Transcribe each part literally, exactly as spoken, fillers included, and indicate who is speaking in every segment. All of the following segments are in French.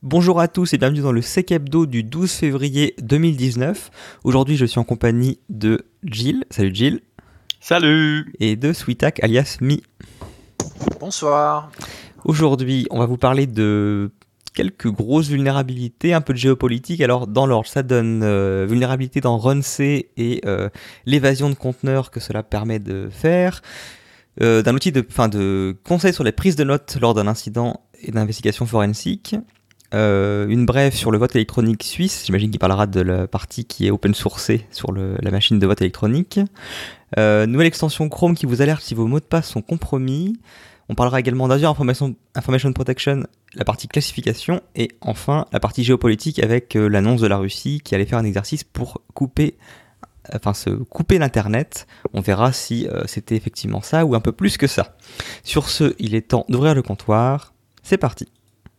Speaker 1: Bonjour à tous et bienvenue dans le Sec Hebdo du douze février deux mille dix-neuf. Aujourd'hui, je suis en compagnie de Jill. Salut Jill.
Speaker 2: Salut.
Speaker 1: Et de Sweetak alias Mi.
Speaker 3: Bonsoir.
Speaker 1: Aujourd'hui, on va vous parler de quelques grosses vulnérabilités, un peu de géopolitique. Alors, dans l'ordre, ça donne euh, vulnérabilité dans runc et euh, l'évasion de conteneurs que cela permet de faire. Euh, d'un outil de, fin, de conseil sur les prises de notes lors d'un incident et d'investigation forensique. Euh, une brève sur le vote électronique suisse, j'imagine qu'il parlera de la partie qui est open sourcée sur le, la machine de vote électronique. Euh, nouvelle extension Chrome qui vous alerte si vos mots de passe sont compromis. On parlera également d'Azure Information, Information Protection, la partie classification, et enfin la partie géopolitique avec euh, l'annonce de la Russie qui allait faire un exercice pour couper, enfin se couper l'internet. On verra si euh, c'était effectivement ça ou un peu plus que ça. Sur ce, il est temps d'ouvrir le comptoir. C'est parti.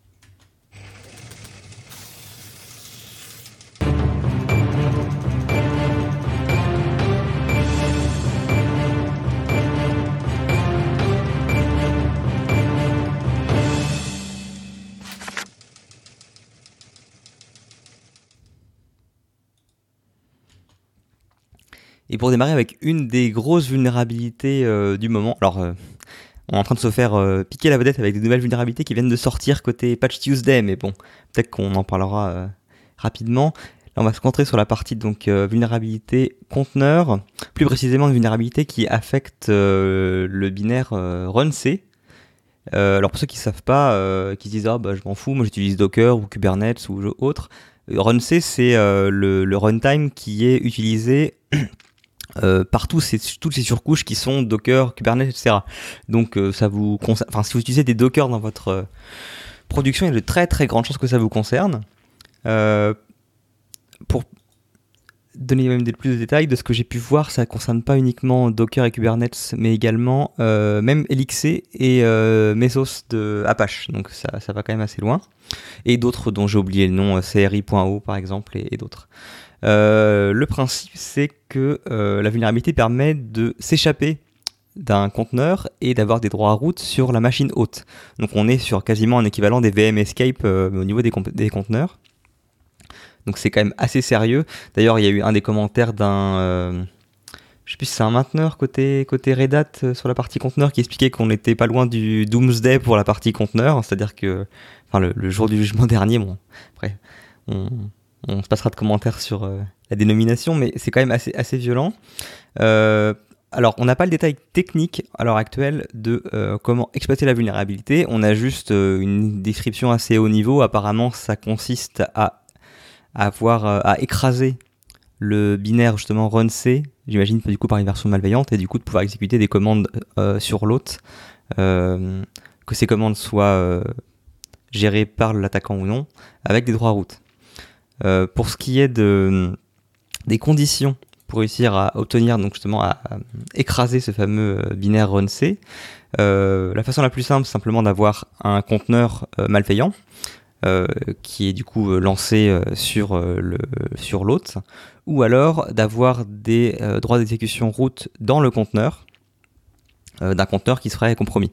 Speaker 1: Et pour démarrer avec une des grosses vulnérabilités euh, du moment, alors euh, on est en train de se faire euh, piquer la vedette avec des nouvelles vulnérabilités qui viennent de sortir côté Patch Tuesday, mais bon, peut-être qu'on en parlera euh, rapidement. Là, on va se concentrer sur la partie donc euh, vulnérabilité conteneur, plus précisément une vulnérabilité qui affecte euh, le binaire euh, runc. Euh, alors pour ceux qui ne savent pas, euh, qui se disent ah bah je m'en fous, moi j'utilise Docker ou Kubernetes ou autre. runc c'est euh, le, le runtime qui est utilisé Euh, par tous ces, toutes ces surcouches qui sont Docker, Kubernetes, et cetera. Donc euh, ça vous concer- enfin, si vous utilisez des Docker dans votre euh, production, il y a de très très grandes chances que ça vous concerne. Euh, pour donner même des, plus de détails, de ce que j'ai pu voir, ça ne concerne pas uniquement Docker et Kubernetes, mais également euh, même L X C et euh, Mesos de Apache. Donc ça, ça va quand même assez loin. Et d'autres dont j'ai oublié le nom, C R I point O par exemple, et, et d'autres. Euh, le principe, c'est que euh, la vulnérabilité permet de s'échapper d'un conteneur et d'avoir des droits à route sur la machine hôte. Donc on est sur quasiment un équivalent des V M Escape euh, au niveau des, comp- des conteneurs. Donc c'est quand même assez sérieux. D'ailleurs, il y a eu un des commentaires d'un... Euh, je sais plus si c'est un mainteneur côté, côté Red Hat euh, sur la partie conteneur qui expliquait qu'on n'était pas loin du Doomsday pour la partie conteneur. C'est-à-dire que... Enfin, le, le jour du jugement dernier, bon, après, on... On se passera de commentaires sur euh, la dénomination, mais c'est quand même assez, assez violent. Euh, alors, on n'a pas le détail technique à l'heure actuelle de euh, comment exploiter la vulnérabilité. On a juste euh, une description assez haut niveau. Apparemment, ça consiste à, à avoir, euh, à écraser le binaire justement runc, j'imagine du coup par une version malveillante, et du coup de pouvoir exécuter des commandes euh, sur l'hôte, euh, que ces commandes soient euh, gérées par l'attaquant ou non, avec des droits à route. Euh, pour ce qui est de, des conditions pour réussir à obtenir, donc justement à, à écraser ce fameux binaire runc, euh, la façon la plus simple, c'est simplement d'avoir un conteneur euh, malveillant euh, qui est du coup euh, lancé euh, sur, euh, le, sur l'hôte, ou alors d'avoir des euh, droits d'exécution root dans le conteneur, euh, d'un conteneur qui serait compromis.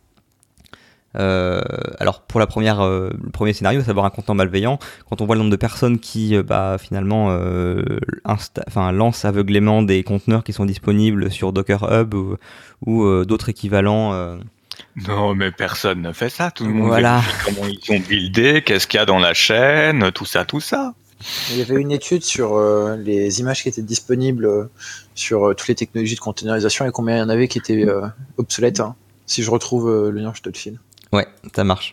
Speaker 1: Euh, alors pour la première, euh, le premier scénario, c'est d'avoir un conteneur malveillant. Quand on voit le nombre de personnes qui euh, bah, finalement euh, insta- enfin, lancent aveuglément des conteneurs qui sont disponibles sur Docker Hub ou, ou euh, d'autres équivalents. Euh...
Speaker 2: Non, mais personne ne fait ça. Tout le monde
Speaker 1: Voilà.
Speaker 2: vérifie comment ils sont buildés, qu'est-ce qu'il y a dans la chaîne, tout ça, tout ça.
Speaker 3: Il y avait une étude sur euh, les images qui étaient disponibles euh, sur euh, toutes les technologies de containerisation et combien il y en avait qui étaient euh, obsolètes. Hein. Si je retrouve euh, le lien, je te le file.
Speaker 1: Ouais, ça marche.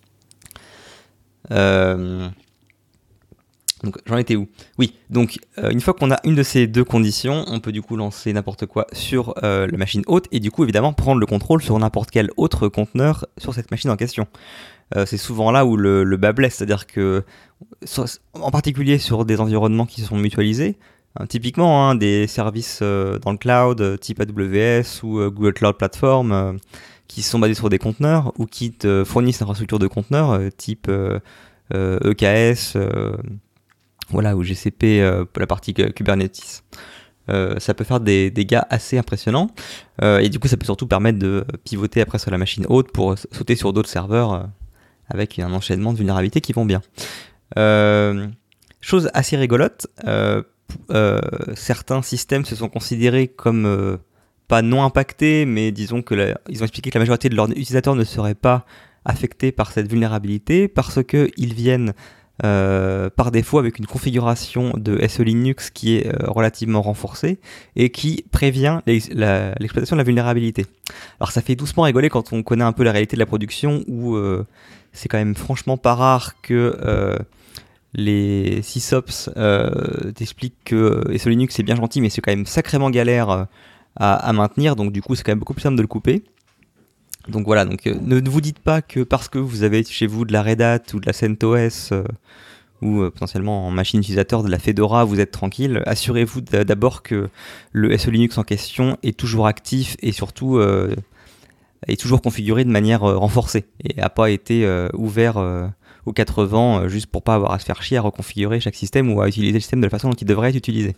Speaker 1: Euh... Donc, j'en étais où ? Oui, donc euh, une fois qu'on a une de ces deux conditions, on peut du coup lancer n'importe quoi sur euh, la machine hôte et du coup évidemment prendre le contrôle sur n'importe quel autre conteneur sur cette machine en question. Euh, c'est souvent là où le, le bas blesse, c'est-à-dire que sur, en particulier sur des environnements qui sont mutualisés, hein, typiquement hein, des services euh, dans le cloud euh, type A W S ou euh, Google Cloud Platform euh, qui sont basés sur des conteneurs ou qui te fournissent une infrastructure de conteneurs euh, type euh, euh, E K S, euh, voilà, ou G C P euh, pour la partie Kubernetes. Euh, ça peut faire des dégâts assez impressionnants euh, et du coup ça peut surtout permettre de pivoter après sur la machine haute pour sauter sur d'autres serveurs euh, avec un enchaînement de vulnérabilités qui vont bien. Euh, chose assez rigolote, euh, euh, certains systèmes se sont considérés comme euh, pas non impactés, mais disons que la, ils ont expliqué que la majorité de leurs utilisateurs ne seraient pas affectés par cette vulnérabilité parce qu'ils viennent euh, par défaut avec une configuration de S E Linux qui est euh, relativement renforcée et qui prévient l'ex- la- l'exploitation de la vulnérabilité. Alors ça fait doucement rigoler quand on connaît un peu la réalité de la production où euh, c'est quand même franchement pas rare que euh, les sysops euh, t'expliquent que S E Linux c'est bien gentil mais c'est quand même sacrément galère euh, à, à maintenir, donc du coup c'est quand même beaucoup plus simple de le couper. Donc voilà, donc euh, ne, ne vous dites pas que parce que vous avez chez vous de la Red Hat ou de la CentOS euh, ou euh, potentiellement en machine utilisateur de la Fedora, vous êtes tranquille. Assurez-vous d- d'abord que le S E Linux en question est toujours actif et surtout euh, est toujours configuré de manière euh, renforcée et n'a pas été euh, ouvert euh, aux quatre vents euh, juste pour pas avoir à se faire chier à reconfigurer chaque système ou à utiliser le système de la façon dont il devrait être utilisé.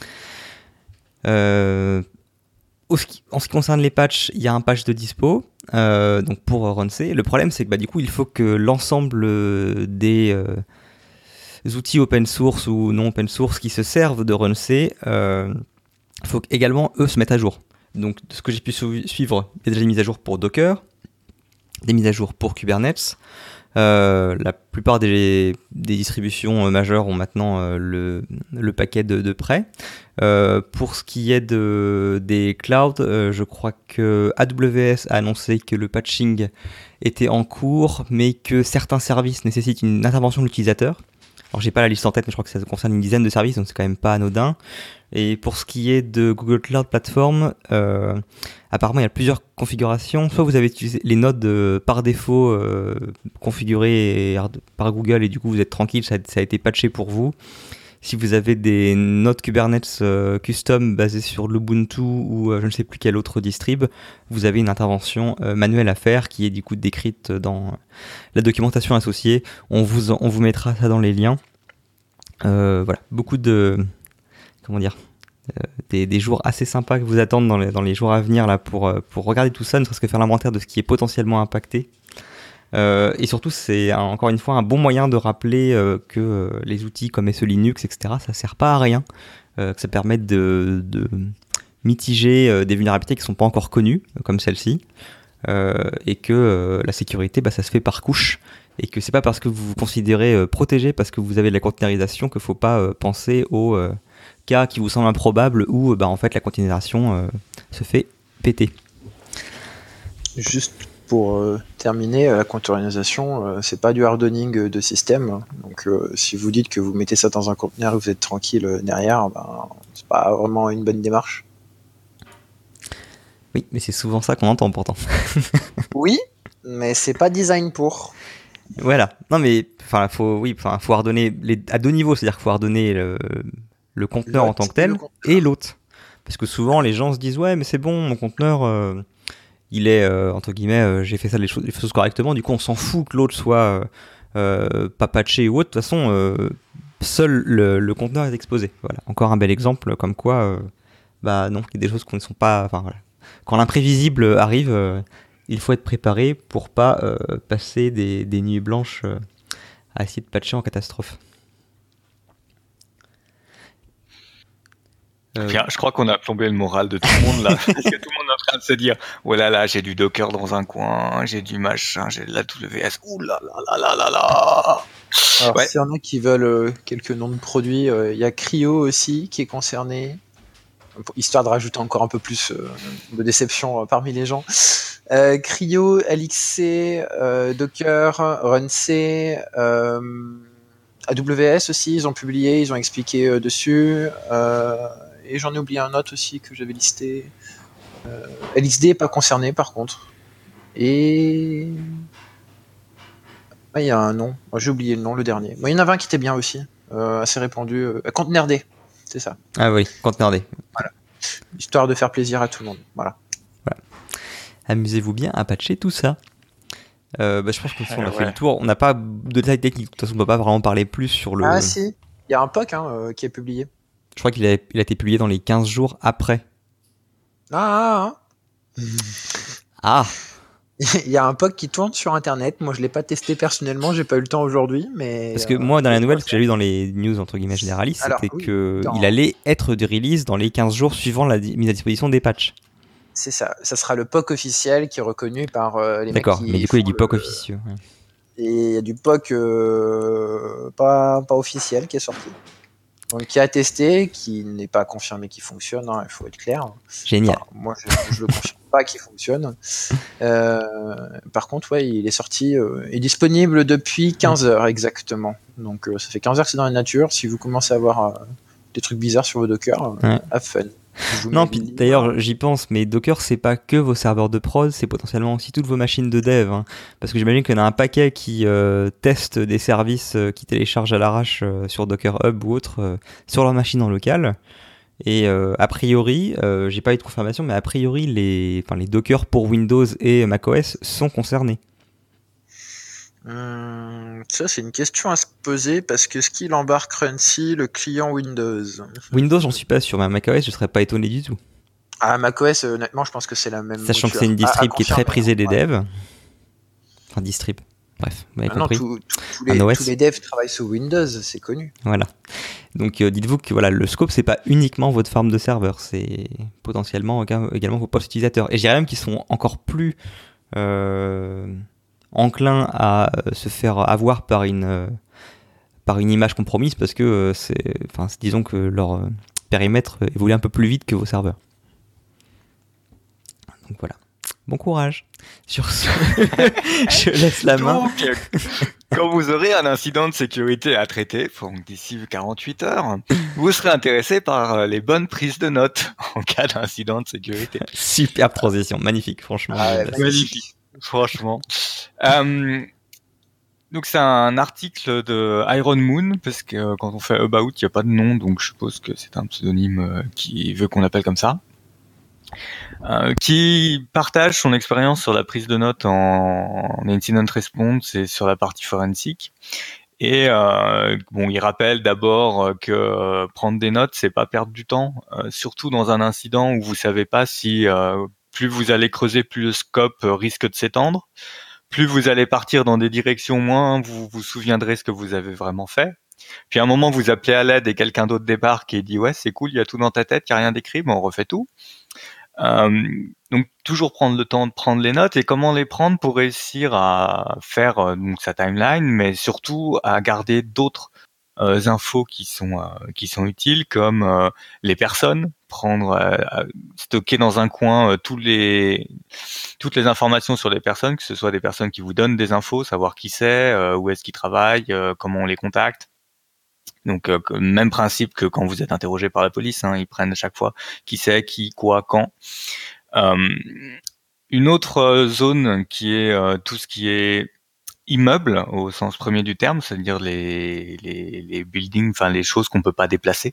Speaker 1: Euh, au ski- en ce qui concerne les patchs, il y a un patch de dispo euh, donc pour Runc. Le problème c'est que bah, du coup il faut que l'ensemble euh, des euh, outils open source ou non open source qui se servent de Runc, euh, il faut également eux se mettre à jour. Donc de ce que j'ai pu su- suivre, il y a déjà des mises à jour pour Docker, des mises à jour pour Kubernetes. Euh, la plupart des, des distributions euh, majeures ont maintenant euh, le, le paquet de, de prêt. Euh, pour ce qui est de, des clouds, euh, je crois que A W S a annoncé que le patching était en cours, mais que certains services nécessitent une intervention de l'utilisateur. Alors j'ai pas la liste en tête, mais je crois que ça concerne une dizaine de services, donc c'est quand même pas anodin. Et pour ce qui est de Google Cloud Platform, euh, apparemment il y a plusieurs configurations. Soit vous avez utilisé les nodes euh, par défaut euh, configurées et- par Google et du coup vous êtes tranquille, ça, a- ça a été patché pour vous. Si vous avez des nodes Kubernetes euh, custom basés sur l'Ubuntu ou euh, je ne sais plus quel autre distrib, vous avez une intervention euh, manuelle à faire qui est du coup décrite dans la documentation associée. On vous, en- on vous mettra ça dans les liens. Euh, voilà, beaucoup de... Comment dire euh, des, des jours assez sympas que vous attendent dans les, dans les jours à venir là, pour, euh, pour regarder tout ça, ne serait-ce que faire l'inventaire de ce qui est potentiellement impacté. Euh, et surtout, c'est un- encore une fois un bon moyen de rappeler euh, que euh, les outils comme S E Linux, et cetera, ça sert pas à rien, euh, que ça permet de, de mitiger euh, des vulnérabilités qui sont pas encore connues, euh, comme celle-ci, euh, et que euh, la sécurité, bah, ça se fait par couche, et que c'est pas parce que vous vous considérez euh, protégé, parce que vous avez de la containerisation, qu'il faut pas euh, penser aux euh, cas qui vous semblent improbables où euh, bah, en fait la containerisation euh, se fait péter.
Speaker 3: Juste pour euh, terminer, euh, la containerisation, euh, c'est pas du hardening euh, de système. Donc, euh, si vous dites que vous mettez ça dans un conteneur et vous êtes tranquille euh, derrière, ben, c'est pas vraiment une bonne démarche.
Speaker 1: Oui, mais c'est souvent ça qu'on entend pourtant.
Speaker 3: Oui, mais c'est pas design pour.
Speaker 1: Voilà. Non mais enfin faut oui, enfin faut hardener les, à deux niveaux, c'est-à-dire qu'il faut hardener le, le conteneur en
Speaker 3: L'hôte
Speaker 1: tant que
Speaker 3: et le
Speaker 1: tel
Speaker 3: conteneur.
Speaker 1: et l'hôte. Parce que souvent les gens se disent ouais mais c'est bon mon conteneur euh, il est euh, entre guillemets euh, j'ai fait ça les choses, les choses correctement, du coup on s'en fout que l'autre soit euh, euh, pas patché ou autre. De toute façon euh, seul le, le conteneur est exposé. Voilà. Encore un bel exemple comme quoi euh, bah non, il y a des choses qui ne sont pas enfin voilà. Quand l'imprévisible arrive, euh, il faut être préparé pour pas euh, passer des, des nuits blanches euh, à essayer de patcher en catastrophe. Euh,
Speaker 2: Bien, je crois qu'on a plombé le moral de tout le monde là. Parce que tout le monde est en train de se dire oh là là, j'ai du Docker dans un coin, j'ai du machin, j'ai de la W S. Ouh là là là là là là.
Speaker 3: Alors,
Speaker 2: Ouais.
Speaker 3: s'il y en a qui veulent euh, quelques noms de produits, euh, il y a Cryo aussi qui est concerné, histoire de rajouter encore un peu plus euh, de déception euh, parmi les gens. Euh, Cryo, L X C, euh, Docker, Runc, euh, A W S aussi, ils ont publié, ils ont expliqué euh, dessus. Euh, et j'en ai oublié un autre aussi que j'avais listé. Euh, L X D est pas concerné par contre. Et ah, il y a un nom, oh, j'ai oublié le nom, le dernier. Bon, il y en avait un qui était bien aussi, euh, assez répandu. Euh, Contenerd, c'est ça.
Speaker 1: Ah oui, conteneur.
Speaker 3: Histoire de faire plaisir à tout le monde. Voilà.
Speaker 1: Amusez-vous bien à patcher tout ça. Euh, bah, je pense qu'on
Speaker 2: Euh,
Speaker 1: on a fait
Speaker 2: ouais.
Speaker 1: le tour. On n'a pas de détails techniques. De toute façon, on ne peut pas vraiment parler plus sur le.
Speaker 3: Ah si, il y a un P O C hein, euh, qui est publié.
Speaker 1: Je crois qu'il a, il a été publié dans les quinze jours après.
Speaker 3: Ah, ah, ah.
Speaker 1: Ah
Speaker 3: Il y a un P O C qui tourne sur Internet. Moi, je l'ai pas testé personnellement, j'ai pas eu le temps aujourd'hui, mais
Speaker 1: Parce que
Speaker 3: euh,
Speaker 1: moi, dans la
Speaker 3: je
Speaker 1: nouvelle,
Speaker 3: vois
Speaker 1: ce que
Speaker 3: ça.
Speaker 1: j'ai lu dans les news entre guillemets généralistes,
Speaker 3: Alors
Speaker 1: c'était
Speaker 3: oui,
Speaker 1: qu'il
Speaker 3: dans...
Speaker 1: allait être de release dans les quinze jours suivant la di- mise à disposition des patchs.
Speaker 3: c'est ça. Ça sera le P O C officiel qui est reconnu par euh, les mecs
Speaker 1: D'accord, mais
Speaker 3: qui
Speaker 1: du coup, il y a
Speaker 3: font
Speaker 1: du
Speaker 3: le.
Speaker 1: P O C officieux. Ouais.
Speaker 3: Et il y a du P O C euh, pas, pas officiel qui est sorti. Donc, qui a testé, qui n'est pas confirmé qu'il fonctionne, hein, il faut être clair.
Speaker 1: Génial.
Speaker 3: Enfin, moi, je, je le confirme pas qu'il fonctionne. Euh, par contre, ouais, il est sorti, euh, est disponible depuis quinze heures exactement. Donc, euh, ça fait quinze heures que c'est dans la nature. Si vous commencez à avoir euh, des trucs bizarres sur vos Docker, euh,
Speaker 1: Ouais.
Speaker 3: have fun. Je vous
Speaker 1: Non,
Speaker 3: mets
Speaker 1: puis
Speaker 3: le lien.
Speaker 1: d'ailleurs, j'y pense, mais Docker, c'est pas que vos serveurs de prod, c'est potentiellement aussi toutes vos machines de dev. Hein. Parce que j'imagine qu'il y en a un paquet qui euh, testent des services euh, qui téléchargent à l'arrache euh, sur Docker Hub ou autre euh, sur leur machine en local. Et euh, a priori, euh, j'ai pas eu de confirmation, mais a priori, les, enfin, les Docker pour Windows et macOS sont concernés.
Speaker 3: Hum, ça, c'est une question à se poser parce que ce qu'il embarque Runcy, le client Windows.
Speaker 1: Windows, j'en suis pas sûr, mais à macOS, je serais pas étonné du tout.
Speaker 3: Ah, macOS, euh, honnêtement, je pense que c'est la même
Speaker 1: Sachant que
Speaker 3: mouture.
Speaker 1: c'est une
Speaker 3: À- à
Speaker 1: distrib qui est très
Speaker 3: confirmer,
Speaker 1: prisée
Speaker 3: hein,
Speaker 1: des
Speaker 3: ouais.
Speaker 1: devs. Enfin, distrib. Bref, vous m'avez
Speaker 3: Ah non,
Speaker 1: compris.
Speaker 3: tout- tout- tous,
Speaker 1: Un
Speaker 3: les,
Speaker 1: O S.
Speaker 3: tous les devs travaillent sous Windows, c'est connu.
Speaker 1: Voilà. Donc euh, dites-vous que voilà, le scope, c'est pas uniquement votre farm de serveurs, c'est potentiellement éga- également vos postes utilisateurs. Et je dirais même qu'ils sont encore plus euh, enclins à euh, se faire avoir par une, euh, par une image compromise parce que euh, c'est, enfin, c'est- disons que leur euh, périmètre évolue un peu plus vite que vos serveurs. Donc voilà. Bon courage. Sur ce, je laisse la main.
Speaker 2: Donc, euh, quand vous aurez un incident de sécurité à traiter, donc d'ici quarante-huit heures, vous serez intéressé par euh, les bonnes prises de notes en cas d'incident de sécurité.
Speaker 1: Superbe transition, magnifique, franchement.
Speaker 3: Ah,
Speaker 1: je-
Speaker 3: ouais,
Speaker 2: Magnifique, franchement. Euh, donc c'est un article de Iron Moon, parce que euh, quand on fait About, il n'y a pas de nom, donc je suppose que c'est un pseudonyme euh, qui veut qu'on l'appelle comme ça. Euh, qui partage son expérience sur la prise de notes en, en incident response et sur la partie forensique. Et euh, bon, il rappelle d'abord que euh, prendre des notes, c'est pas perdre du temps, euh, surtout dans un incident où vous savez pas si euh, plus vous allez creuser, plus le scope euh, risque de s'étendre, plus vous allez partir dans des directions, moins vous vous souviendrez ce que vous avez vraiment fait. Puis à un moment, vous appelez à l'aide et quelqu'un d'autre débarque et dit ouais, c'est cool, il y a tout dans ta tête, il y a rien d'écrit, mais on refait tout. Euh, donc toujours prendre le temps de prendre les notes et comment les prendre pour réussir à faire euh, donc sa timeline, mais surtout à garder d'autres euh, infos qui sont euh, qui sont utiles comme euh, les personnes, prendre euh, stocker dans un coin euh, tous les toutes les informations sur les personnes, que ce soit des personnes qui vous donnent des infos, savoir qui c'est, euh, où est-ce qu'ils travaillent, euh, comment on les contacte. Donc euh, même principe que quand vous êtes interrogé par la police, hein, ils prennent à chaque fois qui c'est, qui, quoi, quand. Euh, une autre zone qui est euh, tout ce qui est immeuble au sens premier du terme, c'est-à-dire les, les, les buildings, enfin les choses qu'on peut pas déplacer.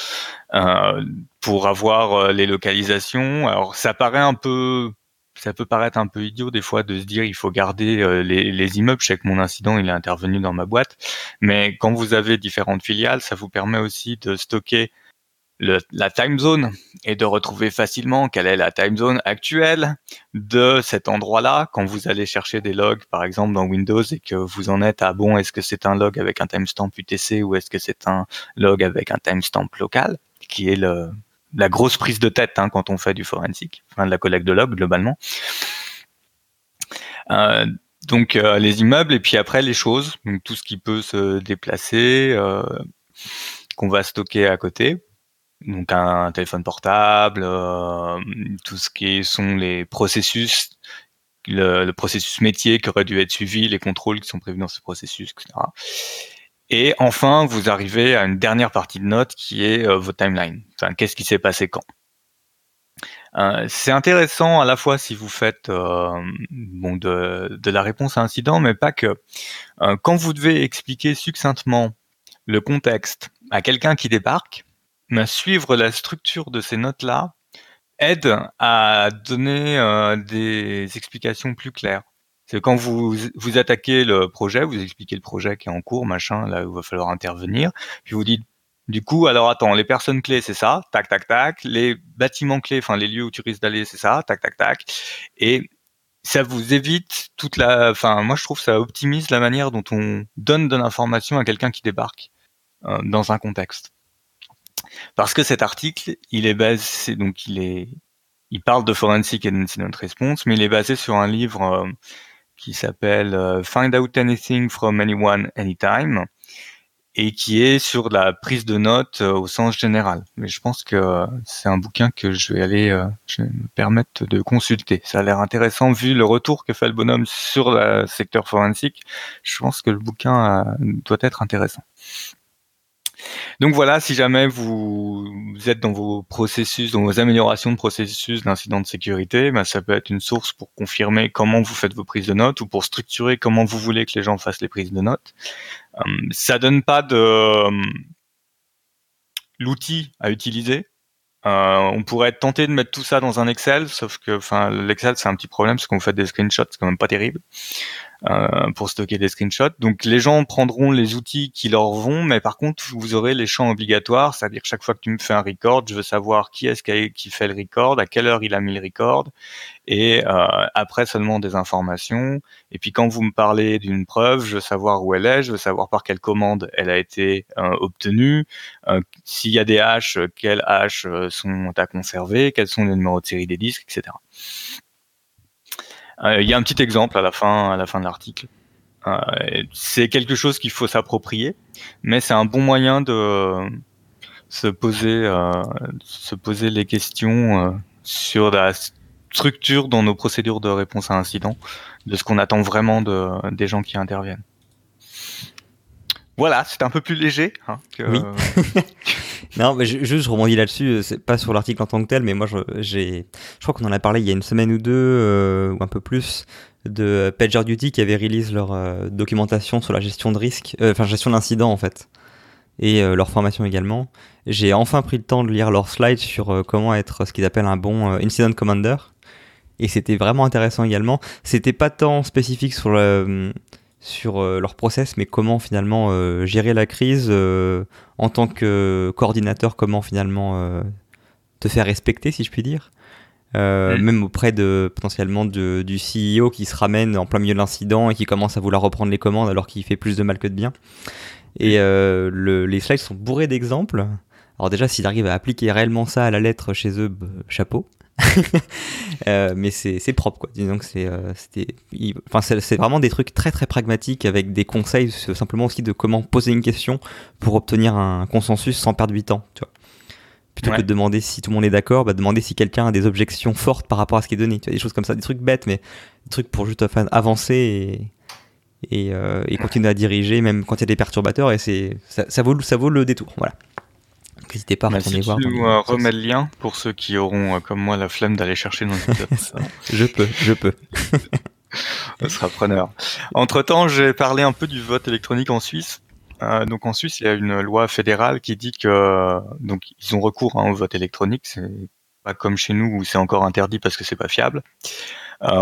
Speaker 2: Euh, pour avoir euh, les localisations. Alors ça paraît un peu ça peut paraître un peu idiot des fois de se dire il faut garder euh, les, les immeubles. Je sais que mon incident il est intervenu dans ma boîte, mais quand vous avez différentes filiales, ça vous permet aussi de stocker le, la time zone et de retrouver facilement quelle est la time zone actuelle de cet endroit-là. Quand vous allez chercher des logs, par exemple dans Windows, et que vous en êtes à bon, est-ce que c'est un log avec un timestamp U T C ou est-ce que c'est un log avec un timestamp local, qui est le la grosse prise de tête hein, quand on fait du forensic, enfin de la collecte de logs globalement. Euh, donc euh, les immeubles et puis après les choses, donc tout ce qui peut se déplacer, euh, qu'on va stocker à côté. Donc un téléphone portable, euh, tout ce qui sont les processus, le, le processus métier qui aurait dû être suivi, les contrôles qui sont prévus dans ce processus, et cetera. Et enfin, vous arrivez à une dernière partie de note qui est euh, votre timeline. Enfin, qu'est-ce qui s'est passé quand. Euh, c'est intéressant à la fois si vous faites euh, bon de, de la réponse à incident, mais pas que. Euh, quand vous devez expliquer succinctement le contexte à quelqu'un qui débarque, mais suivre la structure de ces notes-là aide à donner euh, des explications plus claires. C'est quand vous vous attaquez le projet, vous expliquez le projet qui est en cours, machin, là où il va falloir intervenir, puis vous dites, du coup, alors attends, les personnes clés, c'est ça, tac, tac, tac, les bâtiments clés, enfin les lieux où tu risques d'aller, c'est ça, tac, tac, tac, et ça vous évite toute la, enfin, moi je trouve que ça optimise la manière dont on donne de l'information à quelqu'un qui débarque euh, dans un contexte. Parce que cet article, il est basé, donc il est, il parle de forensic and incident response, mais il est basé sur un livre euh, qui s'appelle euh, Find Out Anything from Anyone Anytime, et qui est sur la prise de notes euh, au sens général. Mais je pense que euh, c'est un bouquin que je vais aller, euh, je vais me permettre de consulter. Ça a l'air intéressant vu le retour que fait le bonhomme sur le secteur forensique. Je pense que le bouquin euh, doit être intéressant. Donc voilà, si jamais vous, vous êtes dans vos processus, dans vos améliorations de processus d'incident de sécurité, ben ça peut être une source pour confirmer comment vous faites vos prises de notes ou pour structurer comment vous voulez que les gens fassent les prises de notes. Euh, ça donne pas de euh, l'outil à utiliser. Euh, on pourrait être tenté de mettre tout ça dans un Excel, sauf que, enfin, l'Excel c'est un petit problème parce qu'on vous faites des screenshots, c'est quand même pas terrible. Euh, pour stocker des screenshots. Donc les gens prendront les outils qui leur vont, mais par contre vous aurez les champs obligatoires, c'est-à-dire chaque fois que tu me fais un record, je veux savoir qui est-ce qui, qui fait le record, à quelle heure il a mis le record, et euh, après seulement des informations. Et puis quand vous me parlez d'une preuve, je veux savoir où elle est, je veux savoir par quelle commande elle a été euh, obtenue, euh, s'il y a des hashes, quels hashes sont à conserver, quels sont les numéros de série des disques, et cetera. Il euh, y a un petit exemple à la fin, à la fin de l'article. Euh, c'est quelque chose qu'il faut s'approprier, mais c'est un bon moyen de se poser, euh, se poser les questions euh, sur la structure dans nos procédures de réponse à incident, de ce qu'on attend vraiment de, des gens qui interviennent. Voilà, c'est un peu plus léger. Hein, que...
Speaker 1: Oui. Non, mais je, juste je rebondis là-dessus, c'est pas sur l'article en tant que tel, mais moi je, j'ai, je crois qu'on en a parlé il y a une semaine ou deux, euh, ou un peu plus, de PagerDuty qui avait release leur euh, documentation sur la gestion de risque, euh, enfin gestion d'incidents en fait, et euh, leur formation également. J'ai enfin pris le temps de lire leurs slides sur euh, comment être ce qu'ils appellent un bon euh, incident commander, et c'était vraiment intéressant également. C'était pas tant spécifique sur le... sur euh, leur process, mais comment finalement euh, gérer la crise euh, en tant que coordinateur, comment finalement euh, te faire respecter, si je puis dire, euh, mmh. même auprès de potentiellement de, du C E O qui se ramène en plein milieu de l'incident et qui commence à vouloir reprendre les commandes alors qu'il fait plus de mal que de bien. Et euh, le, les slides sont bourrés d'exemples. Alors déjà, s'ils arrivent à appliquer réellement ça à la lettre chez eux, bah, chapeau. euh, mais c'est, c'est propre quoi. Disons que c'est, euh, c'était, il, enfin c'est, c'est vraiment des trucs très très pragmatiques avec des conseils simplement aussi de comment poser une question pour obtenir un consensus sans perdre du temps, tu vois. Plutôt ouais. que de demander si tout le monde est d'accord, bah demander si quelqu'un a des objections fortes par rapport à ce qui est donné, tu vois, des choses comme ça, des trucs bêtes mais des trucs pour juste enfin, avancer et et, euh, et continuer à diriger même quand il y a des perturbateurs et c'est ça, ça vaut ça vaut le détour, voilà. N'hésitez pas à retourner
Speaker 2: si
Speaker 1: voir.
Speaker 2: Tu nous euh, remets le lien pour ceux qui auront, euh, comme moi, la flemme d'aller chercher dans l'épisode.
Speaker 1: je peux, je peux.
Speaker 2: On sera preneur. Entre-temps, j'ai parlé un peu du vote électronique en Suisse. Euh, donc en Suisse, il y a une loi fédérale qui dit que donc ils ont recours hein, au vote électronique. C'est pas comme chez nous où c'est encore interdit parce que c'est pas fiable. Euh,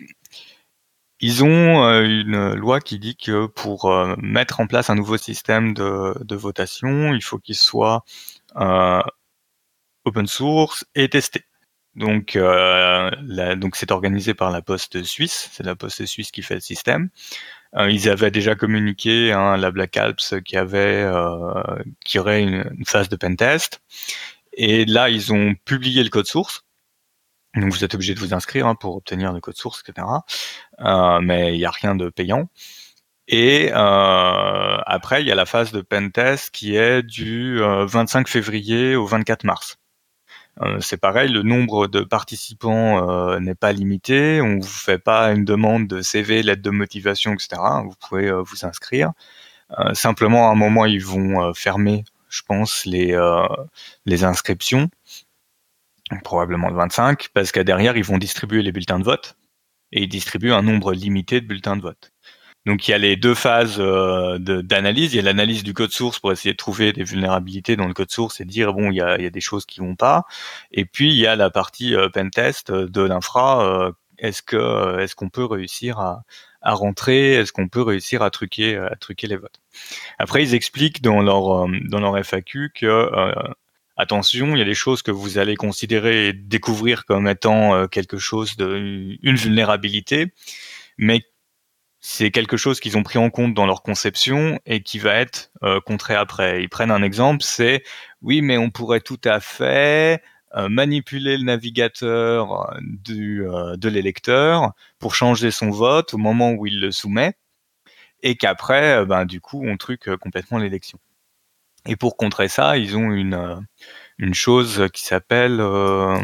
Speaker 2: Ils ont euh, une loi qui dit que pour euh, mettre en place un nouveau système de, de votation, il faut qu'il soit euh, open source et testé. Donc, euh, la, donc c'est organisé par la Poste suisse, c'est la Poste suisse qui fait le système. Euh, ils avaient déjà communiqué hein, la Black Alps qui avait euh, qui aurait une, une phase de pentest. Et là, ils ont publié le code source. Donc vous êtes obligé de vous inscrire hein, pour obtenir le code source, et cetera. Euh, mais il n'y a rien de payant. Et euh, après, il y a la phase de pentest qui est du euh, vingt-cinq février au vingt-quatre mars. Euh, c'est pareil, le nombre de participants euh, n'est pas limité. On vous fait pas une demande de C V, lettre de motivation, et cetera. Vous pouvez euh, vous inscrire. Euh, simplement, à un moment, ils vont euh, fermer, je pense, les euh, les inscriptions. Probablement le vingt-cinq, parce qu'à derrière, ils vont distribuer les bulletins de vote, et ils distribuent un nombre limité de bulletins de vote. Donc il y a les deux phases euh, de, d'analyse, il y a l'analyse du code source pour essayer de trouver des vulnérabilités dans le code source et dire bon, il y a, il y a des choses qui vont pas, et puis il y a la partie euh, pentest de l'infra, euh, est-ce que euh, est-ce qu'on peut réussir à, à rentrer, est-ce qu'on peut réussir à truquer, à truquer les votes. Après ils expliquent dans leur, euh, dans leur F A Q que euh, attention, il y a des choses que vous allez considérer et découvrir comme étant euh, quelque chose de une vulnérabilité, mais c'est quelque chose qu'ils ont pris en compte dans leur conception et qui va être euh, contré après. Ils prennent un exemple, c'est oui, mais on pourrait tout à fait euh, manipuler le navigateur du, euh, de l'électeur pour changer son vote au moment où il le soumet, et qu'après, euh, ben, du coup, on truque euh, complètement l'élection. Et pour contrer ça, ils ont une, euh, une chose qui s'appelle... Euh,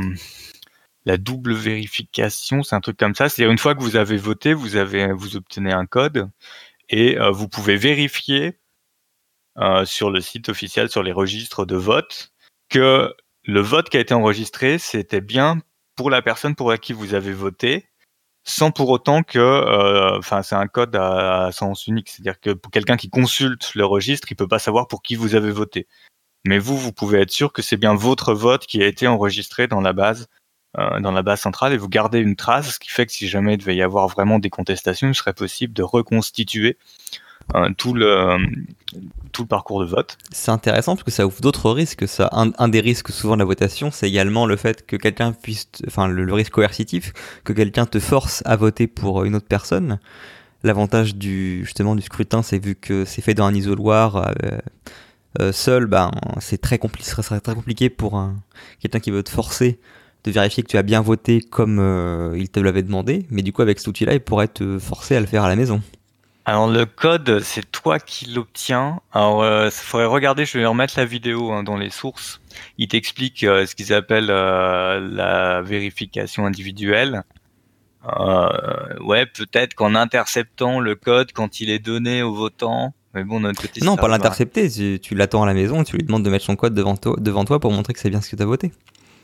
Speaker 2: la double vérification, c'est un truc comme ça. C'est-à-dire une fois que vous avez voté, vous avez, vous obtenez un code et euh, vous pouvez vérifier euh, sur le site officiel, sur les registres de vote, que le vote qui a été enregistré, c'était bien pour la personne pour laquelle vous avez voté, sans pour autant que, enfin, euh, c'est un code à, à sens unique. C'est-à-dire que pour quelqu'un qui consulte le registre, il peut pas savoir pour qui vous avez voté. Mais vous, vous pouvez être sûr que c'est bien votre vote qui a été enregistré dans la base. Euh, dans la base centrale, et vous gardez une trace, ce qui fait que si jamais il devait y avoir vraiment des contestations, il serait possible de reconstituer euh, tout le euh, tout le parcours de vote.
Speaker 1: C'est intéressant parce que ça ouvre d'autres risques. Ça, un, un des risques souvent de la votation, c'est également le fait que quelqu'un puisse, enfin le, le risque coercitif, que quelqu'un te force à voter pour une autre personne. L'avantage du justement du scrutin, c'est vu que c'est fait dans un isoloir euh, euh, seul, ben c'est très compli- ce serait très compliqué pour un quelqu'un qui veut te forcer de vérifier que tu as bien voté comme euh, il te l'avait demandé, mais du coup avec cet outil-là, il pourrait te forcer à le faire à la maison.
Speaker 2: Alors le code, c'est toi qui l'obtiens. Alors il euh, faudrait regarder, je vais remettre la vidéo hein, dans les sources. Il t'explique euh, ce qu'ils appellent euh, la vérification individuelle. Euh, ouais, peut-être qu'en interceptant le code quand il est donné au votant, mais bon, de notre côté...
Speaker 1: Non,
Speaker 2: ça
Speaker 1: pas
Speaker 2: va.
Speaker 1: l'intercepter, tu, tu l'attends à la maison et tu lui demandes de mettre son code devant toi, devant toi pour montrer que c'est bien ce que tu as voté.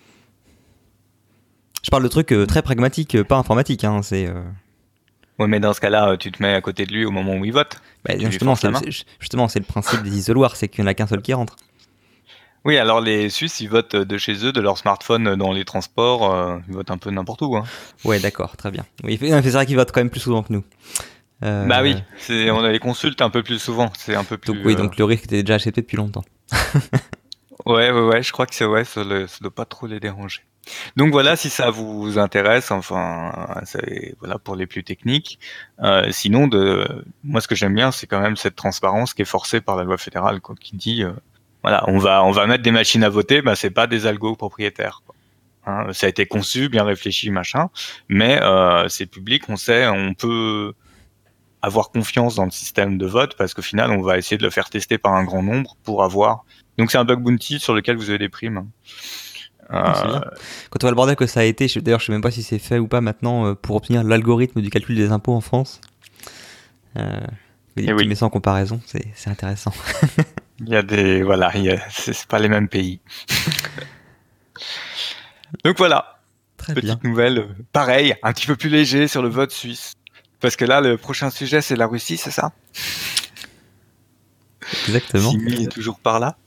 Speaker 1: Je parle de trucs euh, très pragmatiques, euh, pas informatiques. Hein, c'est, euh...
Speaker 2: Ouais, mais dans ce cas-là, tu te mets à côté de lui au moment où il vote.
Speaker 1: bah, justement, c'est, c'est, justement, c'est le principe des isoloirs, c'est qu'il n'y en a qu'un seul qui rentre.
Speaker 2: Oui, alors les Suisses, ils votent de chez eux, de leur smartphone dans les transports, euh, ils votent un peu n'importe où. Hein.
Speaker 1: Ouais, d'accord, très bien. Oui, c'est vrai qu'ils votent quand même plus souvent que nous.
Speaker 2: Euh... Bah oui, c'est, on les consulte un peu plus souvent, c'est un peu plus...
Speaker 1: Donc oui, euh... donc le risque était déjà accepté depuis longtemps.
Speaker 2: ouais, ouais, ouais, je crois que c'est, ouais, ça ne doit pas trop les déranger. Donc voilà, si ça vous intéresse, enfin, c'est, voilà pour les plus techniques. Euh, sinon, de, moi, ce que j'aime bien, c'est quand même cette transparence qui est forcée par la loi fédérale, quoi, qui dit, euh, voilà, on va, on va mettre des machines à voter, bah c'est pas des algos propriétaires. Quoi. Hein, ça a été conçu, bien réfléchi, machin, mais euh, c'est public, on sait, on peut avoir confiance dans le système de vote parce qu'au final, on va essayer de le faire tester par un grand nombre pour avoir. Donc c'est un bug bounty sur lequel vous avez des primes.
Speaker 1: Euh... C'est bien. Quand on voit le bordel que ça a été, je, d'ailleurs je sais même pas si c'est fait ou pas maintenant euh, pour obtenir l'algorithme du calcul des impôts en France. Euh, mais des petits oui. sans comparaison, c'est, c'est intéressant.
Speaker 2: Il y a des voilà, il y a, c'est, c'est pas les mêmes pays. Donc voilà,
Speaker 1: très
Speaker 2: petite
Speaker 1: bien.
Speaker 2: nouvelle, euh, pareil, un petit peu plus léger sur le vote suisse, parce que là le prochain sujet c'est la Russie, c'est ça ?
Speaker 1: Exactement.
Speaker 2: Simi est toujours par là.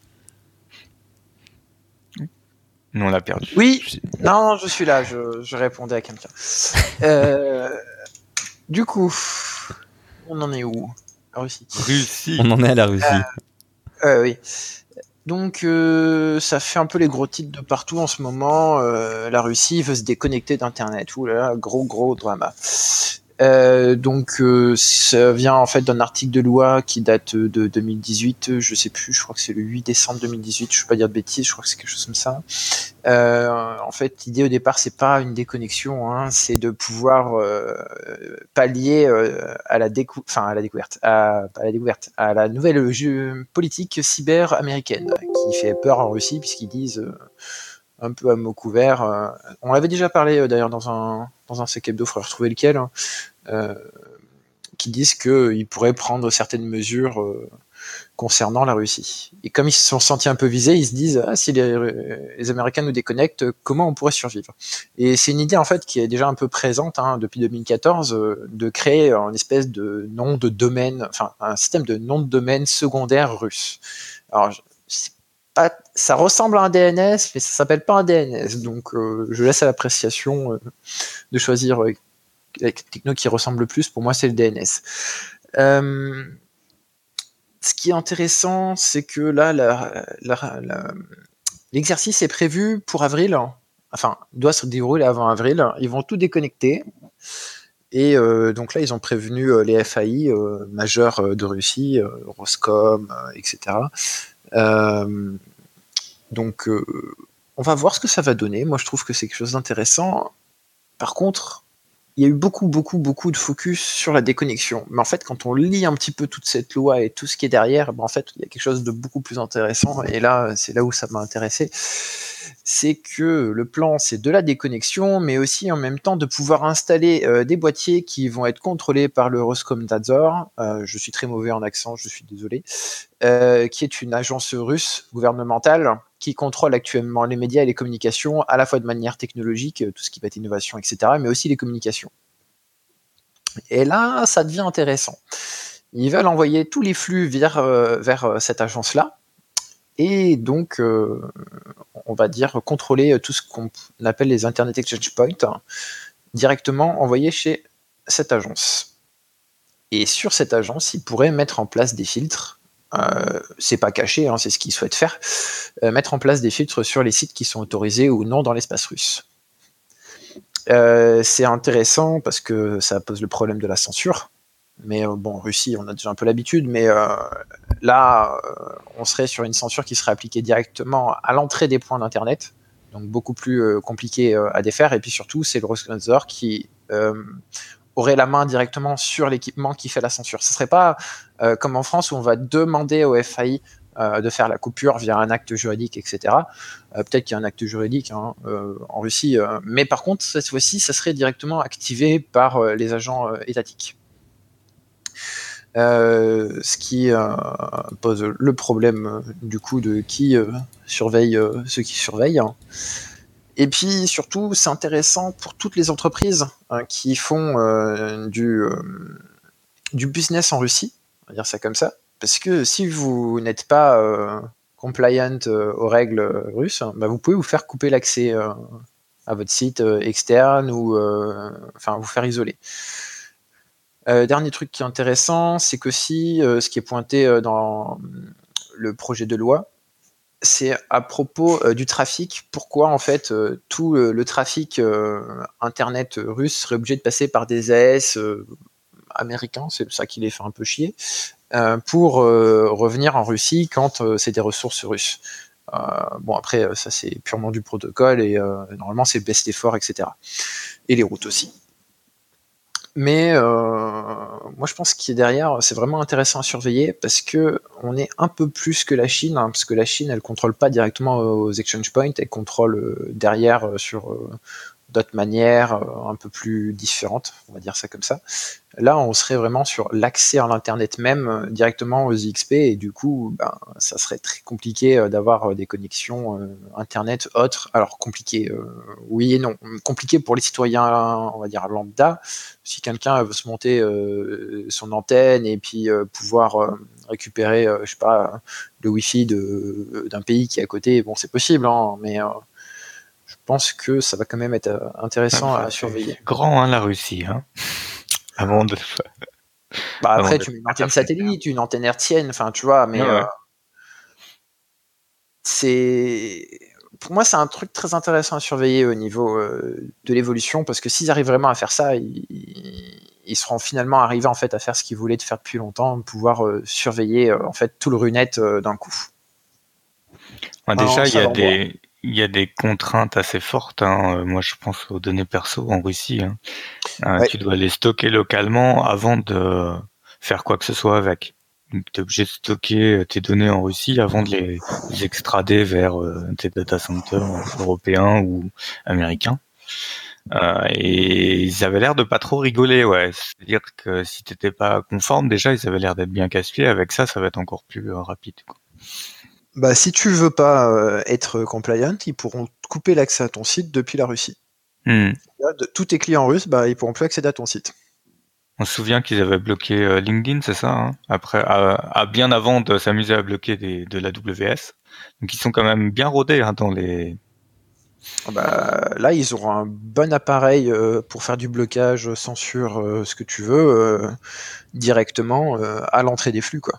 Speaker 2: Non, on l'a perdu.
Speaker 3: Oui, non, je suis là, je, je répondais à quelqu'un. Euh, du coup, on en est où ? La Russie.
Speaker 2: Russie.
Speaker 1: On en est à la Russie.
Speaker 3: Euh, euh, oui. Donc, euh, ça fait un peu les gros titres de partout en ce moment. Euh, la Russie veut se déconnecter d'Internet. Ouh là là, gros, gros drama. Euh, donc euh, ça vient en fait d'un article de loi qui date de deux mille dix-huit, je sais plus, je crois que c'est le huit décembre deux mille dix-huit, je ne vais pas dire de bêtises, je crois que c'est quelque chose comme ça. Euh, en fait, l'idée au départ, c'est pas une déconnexion, hein, c'est de pouvoir euh, pallier euh, à la décou- enfin à la découverte, à, à la découverte, à la nouvelle jeu politique cyber américaine qui fait peur en Russie puisqu'ils disent euh, un peu à mots couverts. Euh, on l'avait déjà parlé euh, d'ailleurs dans un dans un sec hebdo, il faudrait retrouver lequel, hein, euh, qui disent qu'ils pourraient prendre certaines mesures euh, concernant la Russie. Et comme ils se sont sentis un peu visés, ils se disent ah, si les, les Américains nous déconnectent, comment on pourrait survivre ? Et c'est une idée en fait qui est déjà un peu présente hein, depuis deux mille quatorze euh, de créer une espèce de nom de domaine, enfin un système de nom de domaine secondaire russe. Alors c'est pas, ça ressemble à un D N S, mais ça s'appelle pas un D N S. Donc euh, je laisse à l'appréciation euh, de choisir euh, la techno qui ressemble le plus. Pour moi, c'est le D N S. Euh, ce qui est intéressant, c'est que là, la, la, la, l'exercice est prévu pour avril, enfin, doit se dérouler avant avril. Ils vont tout déconnecter. Et euh, donc là, ils ont prévenu euh, les F A I euh, majeurs euh, de Russie, euh, Roscom, euh, et cetera. Euh, donc, euh, on va voir ce que ça va donner. Moi, je trouve que c'est quelque chose d'intéressant. Par contre, il y a eu beaucoup, beaucoup, beaucoup de focus sur la déconnexion. Mais en fait, quand on lit un petit peu toute cette loi et tout ce qui est derrière, ben en fait, il y a quelque chose de beaucoup plus intéressant. Et là, c'est là où ça m'a intéressé. C'est que le plan, c'est de la déconnexion, mais aussi en même temps de pouvoir installer euh, des boîtiers qui vont être contrôlés par le Roskomnadzor. Euh, je suis très mauvais en accent, je suis désolé. Euh, qui est une agence russe gouvernementale qui contrôle actuellement les médias et les communications, à la fois de manière technologique, tout ce qui va être innovation, et cetera, mais aussi les communications. Et là, ça devient intéressant. Ils veulent envoyer tous les flux vers, euh, vers cette agence-là, et donc, euh, on va dire, contrôler tout ce qu'on appelle les Internet Exchange Points, hein, directement envoyés chez cette agence. Et sur cette agence, ils pourraient mettre en place des filtres. Euh, c'est pas caché, hein, c'est ce qu'ils souhaitent faire, euh, mettre en place des filtres sur les sites qui sont autorisés ou non dans l'espace russe. Euh, c'est intéressant parce que ça pose le problème de la censure, mais euh, bon, en Russie, on a déjà un peu l'habitude, mais euh, là, euh, on serait sur une censure qui serait appliquée directement à l'entrée des points d'Internet, donc beaucoup plus euh, compliqué euh, à défaire, et puis surtout, c'est le Roskomnadzor qui euh, aurait la main directement sur l'équipement qui fait la censure. Ce ne serait pas euh, comme en France où on va demander au F A I euh, de faire la coupure via un acte juridique, et cetera. Euh, peut-être qu'il y a un acte juridique hein, euh, en Russie, euh, mais par contre, cette fois-ci, ça serait directement activé par euh, les agents euh, étatiques. Euh, ce qui euh, pose le problème euh, du coup de qui euh, surveille euh, ceux qui surveillent. Hein. Et puis surtout, c'est intéressant pour toutes les entreprises hein, qui font euh, du, euh, du business en Russie, on va dire ça comme ça, parce que si vous n'êtes pas euh, compliant euh, aux règles russes, bah, vous pouvez vous faire couper l'accès euh, à votre site euh, externe ou euh, enfin vous faire isoler. Euh, dernier truc qui est intéressant, c'est que si euh, ce qui est pointé euh, dans le projet de loi, c'est à propos euh, du trafic. Pourquoi en fait euh, tout le, le trafic euh, internet russe serait obligé de passer par des A S euh, américains, c'est ça qui les fait un peu chier, euh, pour euh, revenir en Russie quand euh, c'est des ressources russes. Euh, bon après ça c'est purement du protocole et euh, normalement c'est best effort, et cetera. Et les routes aussi. Mais euh, moi je pense qu'il est derrière, c'est vraiment intéressant à surveiller parce que on est un peu plus que la Chine, hein, parce que la Chine elle contrôle pas directement aux exchange points, elle contrôle euh, derrière euh, sur euh, d'autres manières euh, un peu plus différentes, on va dire ça comme ça. Là on serait vraiment sur l'accès à l'internet même euh, directement aux I X P et du coup ben, ça serait très compliqué euh, d'avoir euh, des connexions euh, internet autres. Alors compliqué, euh, oui et non. Compliqué pour les citoyens, on va dire lambda. Si quelqu'un veut se monter euh, son antenne et puis euh, pouvoir euh, récupérer, euh, je sais pas, le Wi-Fi de, d'un pays qui est à côté, bon c'est possible, hein, mais euh, je pense que ça va quand même être intéressant
Speaker 2: Enfin,
Speaker 3: à surveiller.
Speaker 2: C'est grand hein, la Russie, hein. Avant de.
Speaker 3: Bah après
Speaker 2: Avant
Speaker 3: tu
Speaker 2: de-
Speaker 3: mets une antenne satellite, une antenne hertzienne, enfin tu vois, mais
Speaker 2: Ouais, ouais.
Speaker 3: euh, c'est pour moi c'est un truc très intéressant à surveiller au niveau euh, de l'évolution parce que s'ils arrivent vraiment à faire ça, ils, ils seront finalement arrivés en fait à faire ce qu'ils voulaient de faire depuis longtemps, pouvoir euh, surveiller euh, en fait tout le runet euh, d'un coup.
Speaker 2: Ouais,
Speaker 3: Ah non,
Speaker 2: déjà, il y
Speaker 3: ça
Speaker 2: a
Speaker 3: va en boire.
Speaker 2: des, il y a des contraintes assez fortes. Hein. Euh, Moi, je pense aux données perso en Russie. Hein. Euh,
Speaker 3: Ouais.
Speaker 2: tu dois les stocker localement avant de faire quoi que ce soit avec. Donc, tu es obligé de stocker tes données en Russie avant de les, les extrader vers euh, tes data centers européens ou américains. Euh, et ils avaient l'air de pas trop rigoler, ouais. C'est-à-dire que si t'étais pas conforme, déjà, ils avaient l'air d'être bien casse-pieds. Avec ça, ça va être encore plus euh, rapide. Quoi.
Speaker 3: Bah si tu veux pas euh, être compliant, ils pourront te couper l'accès à ton site depuis la Russie.
Speaker 2: Hmm.
Speaker 3: Là, de, tous tes clients russes, bah ils pourront plus accéder à ton site.
Speaker 2: On se souvient qu'ils avaient bloqué euh, LinkedIn, c'est ça, hein après, à, à bien avant de s'amuser à bloquer des, de la W S. Donc ils sont quand même bien rodés hein, dans les.
Speaker 3: Bah, là, ils auront un bon appareil euh, pour faire du blocage, censure, euh, ce que tu veux, euh, directement euh, à l'entrée des flux, quoi.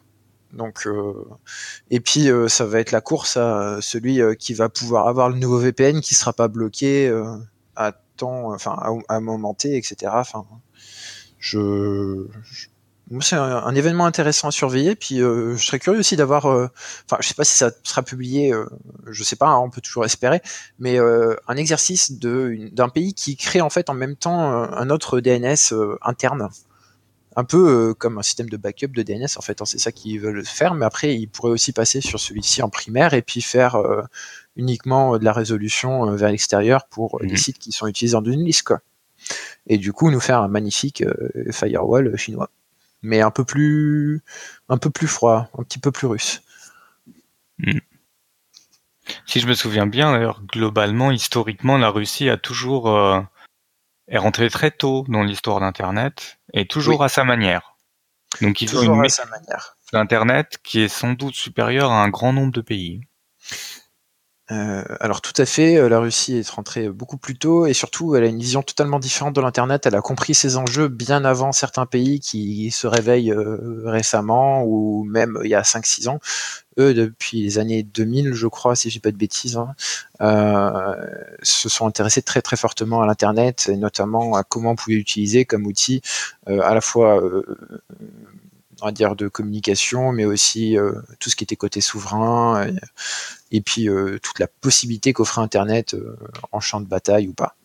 Speaker 3: Donc, euh, et puis euh, ça va être la course à celui euh, qui va pouvoir avoir le nouveau V P N qui sera pas bloqué euh, à temps, enfin à, à un moment T, et cetera. Enfin, je, je c'est un, un événement intéressant à surveiller. Puis euh, je serais curieux aussi d'avoir, euh, enfin, je sais pas si ça sera publié, euh, je sais pas, hein, on peut toujours espérer, mais euh, un exercice de une, d'un pays qui crée en fait en même temps euh, un autre D N S euh, interne. Un peu euh, comme un système de backup de D N S en fait, hein, c'est ça qu'ils veulent faire, mais après ils pourraient aussi passer sur celui-ci en primaire et puis faire euh, uniquement de la résolution euh, vers l'extérieur pour mmh. les sites qui sont utilisés dans une liste, quoi. Et du coup nous faire un magnifique euh, firewall chinois, mais un peu plus un peu plus froid, un petit peu plus russe.
Speaker 2: Mmh. Si je me souviens bien, d'ailleurs, globalement, historiquement, la Russie a toujours euh, est rentrée très tôt dans l'histoire d'Internet. Et toujours oui. à sa manière. Donc ils
Speaker 3: toujours
Speaker 2: ont une
Speaker 3: à sa manière.
Speaker 2: Internet qui est sans doute supérieure à un grand nombre de pays.
Speaker 3: Euh, alors tout à fait, la Russie est rentrée beaucoup plus tôt et surtout elle a une vision totalement différente de l'Internet. Elle a compris ses enjeux bien avant certains pays qui se réveillent euh, récemment ou même il y a cinq six ans. Eux, depuis les années deux mille, je crois, si je dis pas de bêtises, hein, euh, se sont intéressés très très fortement à l'Internet et notamment à comment on pouvait l'utiliser comme outil euh, à la fois euh, on va dire de communication, mais aussi euh, tout ce qui était côté souverain et, et puis euh, toute la possibilité qu'offrait Internet euh, en champ de bataille ou pas.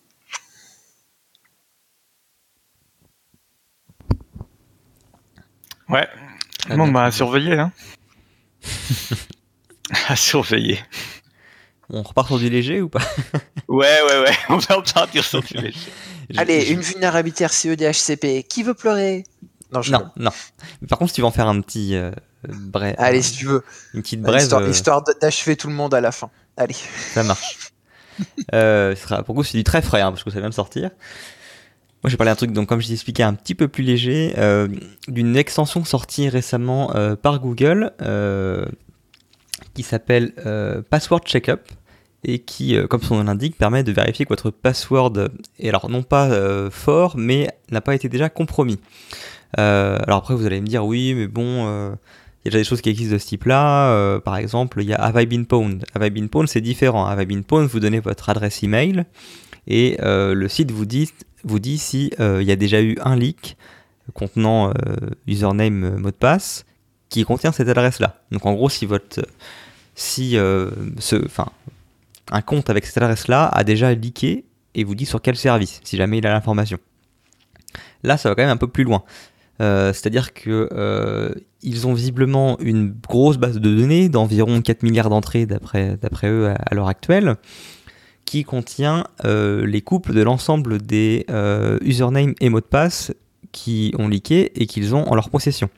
Speaker 2: Ouais, bon bah à surveiller hein. À surveiller.
Speaker 1: On repart sur du léger ou pas?
Speaker 2: Ouais, ouais, ouais, on va repartir sur du léger.
Speaker 3: Allez, une vulnérabilité R C E D H C P, qui veut pleurer?
Speaker 1: Non, je non, non. Par contre, si tu veux en faire un petit euh, bref.
Speaker 3: Allez, si tu veux.
Speaker 1: Une petite brève.
Speaker 3: Histoire, euh... histoire d'achever tout le monde à la fin. Allez.
Speaker 1: Ça marche. euh, ce sera, pour le coup, c'est du très frais, hein, parce que ça vient de sortir. Moi, j'ai parlé d'un truc, donc comme je t'ai expliqué, un petit peu plus léger, euh, d'une extension sortie récemment euh, par Google, euh, qui s'appelle euh, Password Checkup, et qui, euh, comme son nom l'indique, permet de vérifier que votre password est alors non pas euh, fort, mais n'a pas été déjà compromis. Euh, alors après, vous allez me dire, oui, mais bon, il euh, y a déjà des choses qui existent de ce type-là. Euh, par exemple, il y a Have I Been Pwned. Have I Been Pwned, c'est différent. Have I Been Pwned, vous donnez votre adresse email, et euh, le site vous dit, vous dit si il y a déjà eu un leak contenant euh, username, euh, mot de passe, qui contient cette adresse-là. Donc en gros, si votre... si euh, ce... enfin... un compte avec cette adresse-là a déjà leaké et vous dit sur quel service, si jamais il a l'information. Là, ça va quand même un peu plus loin. Euh, c'est-à-dire que euh, ils ont visiblement une grosse base de données d'environ quatre milliards d'entrées d'après, d'après eux à, à l'heure actuelle, qui contient euh, les couples de l'ensemble des euh, usernames et mots de passe qui ont leaké et qu'ils ont en leur possession.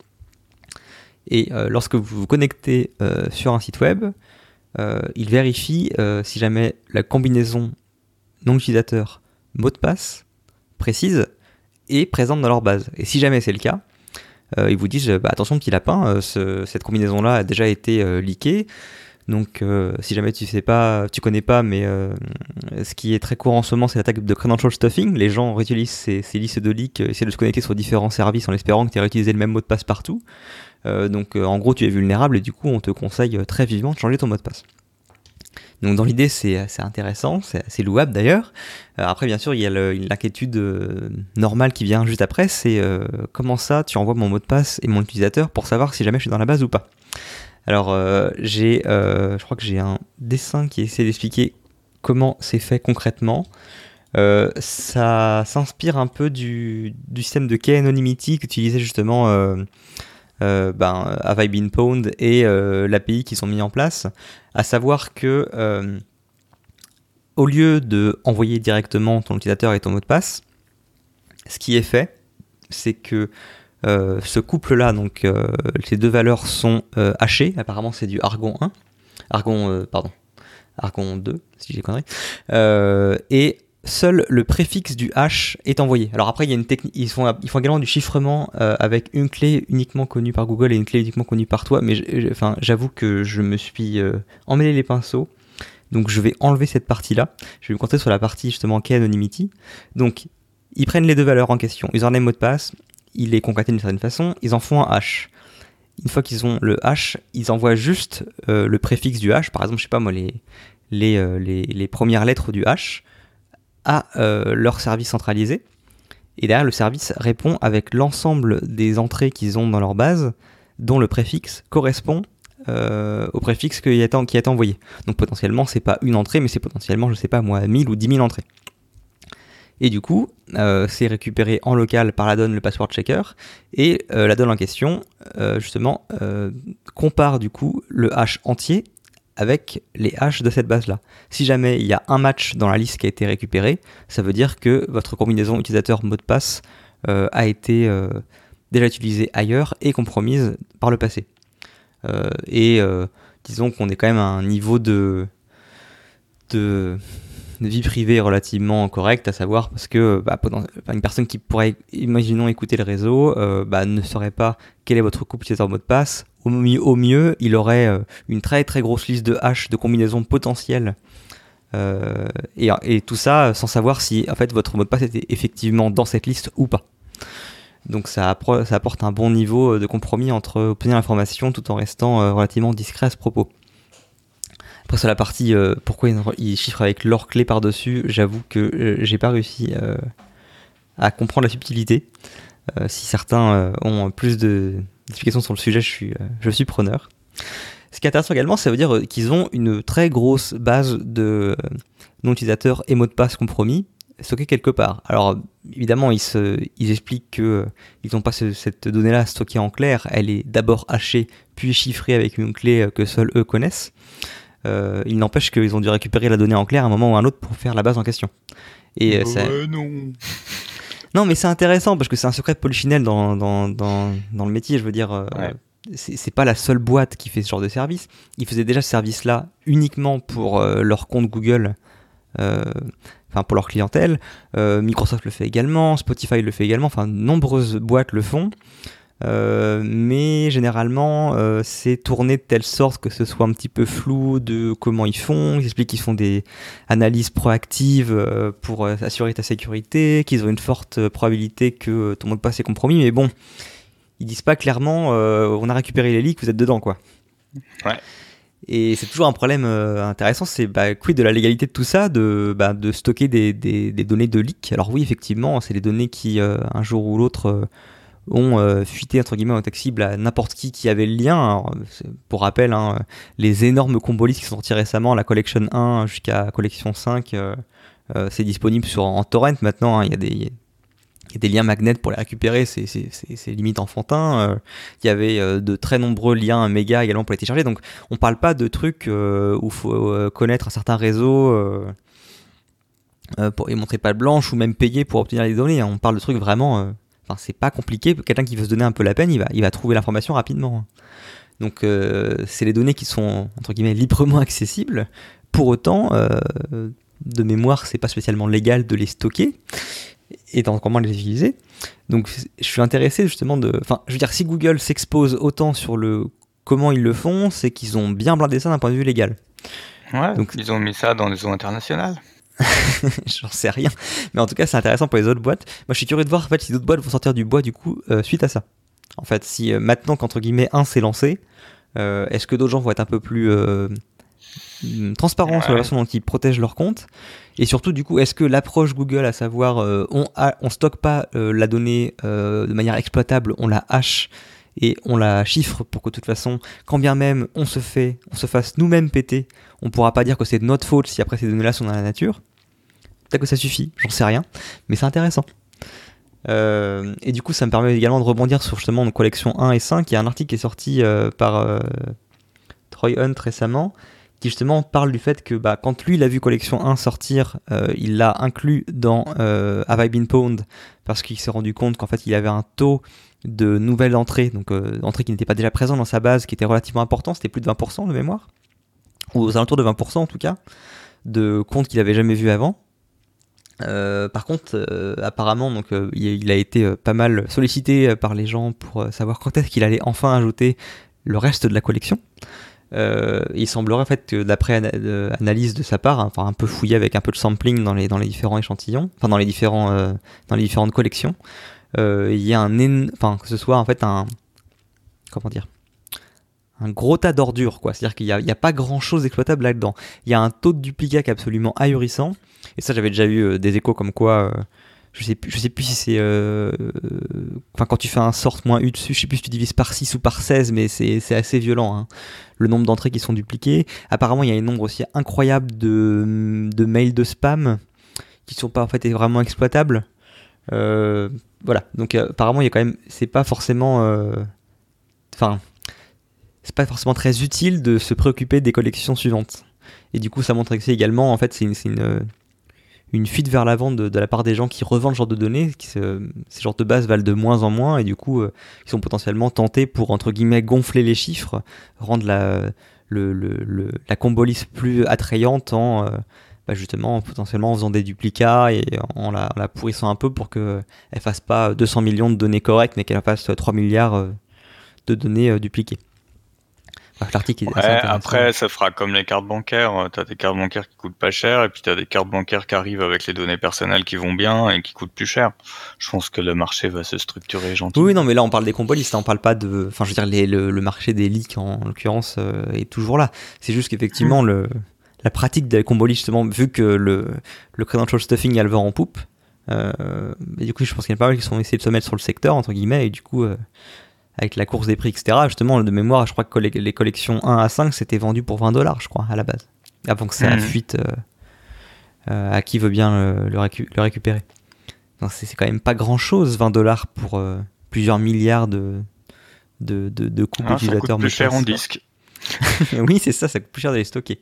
Speaker 1: Et euh, lorsque vous vous connectez euh, sur un site web, Euh, il vérifie euh, si jamais la combinaison nom d'utilisateur mot de passe précise est présente dans leur base. Et si jamais c'est le cas, euh, ils vous disent bah, attention petit lapin, euh, ce, cette combinaison là a déjà été euh, leakée. Donc euh, si jamais tu sais pas, tu connais pas, mais euh, ce qui est très courant en ce moment, c'est l'attaque de credential stuffing. Les gens réutilisent ces, ces listes de leaks, essaient de se connecter sur différents services en espérant que tu aies réutilisé le même mot de passe partout. Euh, donc euh, en gros tu es vulnérable et du coup on te conseille euh, très vivement de changer ton mot de passe. Donc dans l'idée c'est, c'est intéressant, c'est assez louable d'ailleurs. Euh, après bien sûr il y a le, l'inquiétude euh, normale qui vient juste après, c'est euh, comment ça tu envoies mon mot de passe et mon utilisateur pour savoir si jamais je suis dans la base ou pas. Alors euh, j'ai, euh, je crois que j'ai un dessin qui essaie d'expliquer comment c'est fait concrètement. Euh, ça s'inspire un peu du, du système de key anonymity qu'utilisait justement euh, Euh, ben, Have I Been Pwned et euh, l'A P I qu'ils ont mis en place, à savoir que euh, au lieu de envoyer directement ton utilisateur et ton mot de passe, ce qui est fait, c'est que euh, ce couple-là, donc euh, ces deux valeurs sont euh, hachées. Apparemment, c'est du Argon un, Argon, euh, pardon, Argon deux, si j'ai connerie, euh, et seul le préfixe du hash est envoyé. Alors après, il y a une technique, ils font, ils font également du chiffrement euh, avec une clé uniquement connue par Google et une clé uniquement connue par toi, mais j', enfin, j'avoue que je me suis euh, emmêlé les pinceaux, donc je vais enlever cette partie-là. Je vais me concentrer sur la partie justement key anonymity. Donc, ils prennent les deux valeurs en question, username, mot de passe, ils les concaténent d'une certaine façon, ils en font un hash. une fois qu'ils ont le hash, ils envoient juste euh, le préfixe du hash, par exemple, je sais pas moi, les, les, euh, les, les premières lettres du hash à euh, leur service centralisé. Et derrière, le service répond avec l'ensemble des entrées qu'ils ont dans leur base, dont le préfixe correspond euh, au préfixe qui a, été, qui a été envoyé. Donc potentiellement, c'est pas une entrée, mais c'est potentiellement, je sais pas moi, mille ou dix mille entrées. Et du coup, euh, c'est récupéré en local par l'addon le password checker, et euh, l'addon en question, euh, justement, euh, compare du coup le hash entier avec les hashes de cette base-là. Si jamais il y a un match dans la liste qui a été récupéré, ça veut dire que votre combinaison utilisateur mot de passe euh, a été euh, déjà utilisée ailleurs et compromise par le passé. Euh, et euh, disons qu'on est quand même à un niveau de... de de vie privée relativement correcte, à savoir parce que bah, une personne qui pourrait, imaginons, écouter le réseau, euh, bah, ne saurait pas quel est votre couple utilisateur mot de passe. Au mieux, au mieux il aurait euh, une très très grosse liste de hashes, de combinaisons potentielles, euh, et, et tout ça sans savoir si en fait votre mot de passe était effectivement dans cette liste ou pas. Donc ça, appro- ça apporte un bon niveau de compromis entre obtenir l'information tout en restant euh, relativement discret à ce propos. Après sur la partie euh, pourquoi ils chiffrent avec leur clé par-dessus, j'avoue que euh, j'ai pas réussi euh, à comprendre la subtilité. Euh, si certains euh, ont plus de, d'explications sur le sujet, je suis, euh, je suis preneur. Ce qui est intéressant également, ça veut dire qu'ils ont une très grosse base de euh, non-utilisateurs et mots de passe compromis stockés quelque part. Alors évidemment, ils, se, ils expliquent qu'ils euh, n'ont pas ce, cette donnée-là stockée en clair, elle est d'abord hachée, puis chiffrée avec une clé euh, que seuls eux connaissent. Euh, il n'empêche qu'ils ont dû récupérer la donnée en clair à un moment ou à un autre pour faire la base en question. Et, euh,
Speaker 2: ouais,
Speaker 1: ça...
Speaker 2: non.
Speaker 1: non, mais c'est intéressant parce que c'est un secret de polichinelle dans, dans, dans, dans le métier. Je veux dire, euh,
Speaker 2: ouais.
Speaker 1: c'est, c'est pas la seule boîte qui fait ce genre de service. Ils faisaient déjà ce service-là uniquement pour euh, leur compte Google, euh, enfin pour leur clientèle. Euh, Microsoft le fait également, Spotify le fait également, enfin nombreuses boîtes le font. Euh, mais généralement euh, c'est tourné de telle sorte que ce soit un petit peu flou de comment ils font. Ils expliquent qu'ils font des analyses proactives euh, pour euh, assurer ta sécurité, qu'ils ont une forte euh, probabilité que ton mot de passe est compromis, mais bon, ils disent pas clairement euh, on a récupéré les leaks, vous êtes dedans quoi.
Speaker 2: Ouais.
Speaker 1: Et c'est toujours un problème euh, intéressant, c'est bah, quid de la légalité de tout ça, de, bah, de stocker des, des, des données de leak. Alors oui, effectivement, c'est des données qui euh, un jour ou l'autre euh, ont euh, fuité entre guillemets en accessible à n'importe qui qui avait le lien. Alors, pour rappel, hein, les énormes combolis qui sont sortis récemment, la Collection un jusqu'à Collection cinq, euh, euh, c'est disponible sur, en torrent maintenant. Il hein, y, y a des liens magnets pour les récupérer, c'est, c'est, c'est, c'est limite enfantin. Il euh, y avait euh, de très nombreux liens méga également pour les télécharger. Donc on parle pas de trucs euh, où il faut euh, connaître un certain réseau euh, euh, pour y montrer patte blanche ou même payer pour obtenir les données. On parle de trucs vraiment... Euh, Enfin, c'est pas compliqué, quelqu'un qui veut se donner un peu la peine, il va, il va trouver l'information rapidement. Donc euh, c'est les données qui sont entre guillemets librement accessibles. Pour autant, euh, de mémoire, c'est pas spécialement légal de les stocker et dans comment les utiliser. Donc je suis intéressé justement de... Enfin, je veux dire, si Google s'expose autant sur le comment ils le font, c'est qu'ils ont bien blindé ça d'un point de vue légal.
Speaker 2: Ouais,
Speaker 1: donc
Speaker 2: ils ont mis ça dans les eaux internationales.
Speaker 1: J'en sais rien, mais en tout cas c'est intéressant pour les autres boîtes. Moi je suis curieux de voir en fait si d'autres boîtes vont sortir du bois du coup euh, suite à ça. En fait, si euh, maintenant qu'entre guillemets un s'est lancé, euh, est-ce que d'autres gens vont être un peu plus euh, transparents ouais. sur la façon dont ils protègent leur compte, et surtout du coup est-ce que l'approche Google, à savoir euh, on a, on stocke pas euh, la donnée euh, de manière exploitable, on la hache et on la chiffre pour que de toute façon, quand bien même on se fait, on se fasse nous-mêmes péter, on pourra pas dire que c'est de notre faute si après ces données-là sont dans la nature. Peut-être que ça suffit, j'en sais rien, mais c'est intéressant. Euh, et du coup, ça me permet également de rebondir sur justement nos collections un et cinq. Il y a un article qui est sorti euh, par euh, Troy Hunt récemment, qui justement parle du fait que bah, quand lui il a vu collection un sortir, euh, il l'a inclus dans euh, Have I Been Pwned, parce qu'il s'est rendu compte qu'en fait il avait un taux de nouvelles entrées, donc euh, entrées qui n'étaient pas déjà présentes dans sa base, qui était relativement important, c'était plus de vingt pour cent de mémoire, ou aux alentours de vingt pour cent en tout cas, de comptes qu'il n'avait jamais vus avant. Euh, par contre, euh, apparemment, donc, euh, il, il a été euh, pas mal sollicité par les gens pour euh, savoir quand est-ce qu'il allait enfin ajouter le reste de la collection. Euh, il semblerait en fait que d'après ana- de, analyse de sa part, hein, enfin un peu fouillé avec un peu de sampling dans les dans les différents échantillons, enfin dans les différents euh, dans les différentes collections, euh, il y a un, enfin que ce soit en fait un, comment dire, un gros tas d'ordures, quoi. C'est-à-dire qu'il n'y a, a pas grand-chose d'exploitable là-dedans. Il y a un taux de duplicat qui est absolument ahurissant. Et ça, j'avais déjà eu euh, des échos comme quoi... Euh, je sais plus, je sais plus si c'est... Enfin, euh, quand tu fais un sort moins U dessus, je sais plus si tu divises par six ou par seize, mais c'est, c'est assez violent, hein, le nombre d'entrées qui sont dupliquées. Apparemment, il y a un nombre aussi incroyable de, de mails de spam qui sont pas en fait vraiment exploitables. Euh, voilà, donc euh, apparemment, il y a quand même... C'est pas forcément... Enfin... Euh, c'est pas forcément très utile de se préoccuper des collections suivantes. Et du coup, ça montre que c'est également, en fait, c'est une... C'est une une fuite vers l'avant de, de la part des gens qui revendent ce genre de données, qui se, ces genres de bases valent de moins en moins et du coup euh, ils sont potentiellement tentés pour entre guillemets gonfler les chiffres, rendre la, le, le, le, la combo-list plus attrayante en euh, bah justement potentiellement en faisant des duplicats et en la, en la pourrissant un peu pour qu'elle ne fasse pas deux cents millions de données correctes mais qu'elle fasse trois milliards euh, de données euh, dupliquées.
Speaker 2: Bref, l'article est ouais, après, ça fera comme les cartes bancaires. T'as des cartes bancaires qui coûtent pas cher, et puis t'as des cartes bancaires qui arrivent avec les données personnelles qui vont bien et qui coûtent plus cher. Je pense que le marché va se structurer gentiment.
Speaker 1: Oui, non, mais là, on parle des combo-listes, on parle pas de... Enfin, je veux dire, les, le, le marché des leaks, en, en l'occurrence, euh, est toujours là. C'est juste qu'effectivement, mmh. le, la pratique des combo-listes, justement, vu que le, le credential stuffing a le vent en poupe, euh, et du coup, je pense qu'il y en a pas mal qui sont essayés de se mettre sur le secteur, entre guillemets, et du coup... Euh, avec la course des prix, et cetera. Justement, de mémoire, je crois que les collections un à cinq, c'était vendu pour vingt dollars, je crois, à la base. Avant que ça mmh. fuite euh, euh, à qui veut bien le, le, récu- le récupérer. Donc, c'est, c'est quand même pas grand-chose, vingt dollars pour euh, plusieurs milliards de, de, de, de coûts ah, d'utilisateurs.
Speaker 2: Ça coûte plus cher en disque.
Speaker 1: Oui, c'est ça, ça coûte plus cher de les stocker.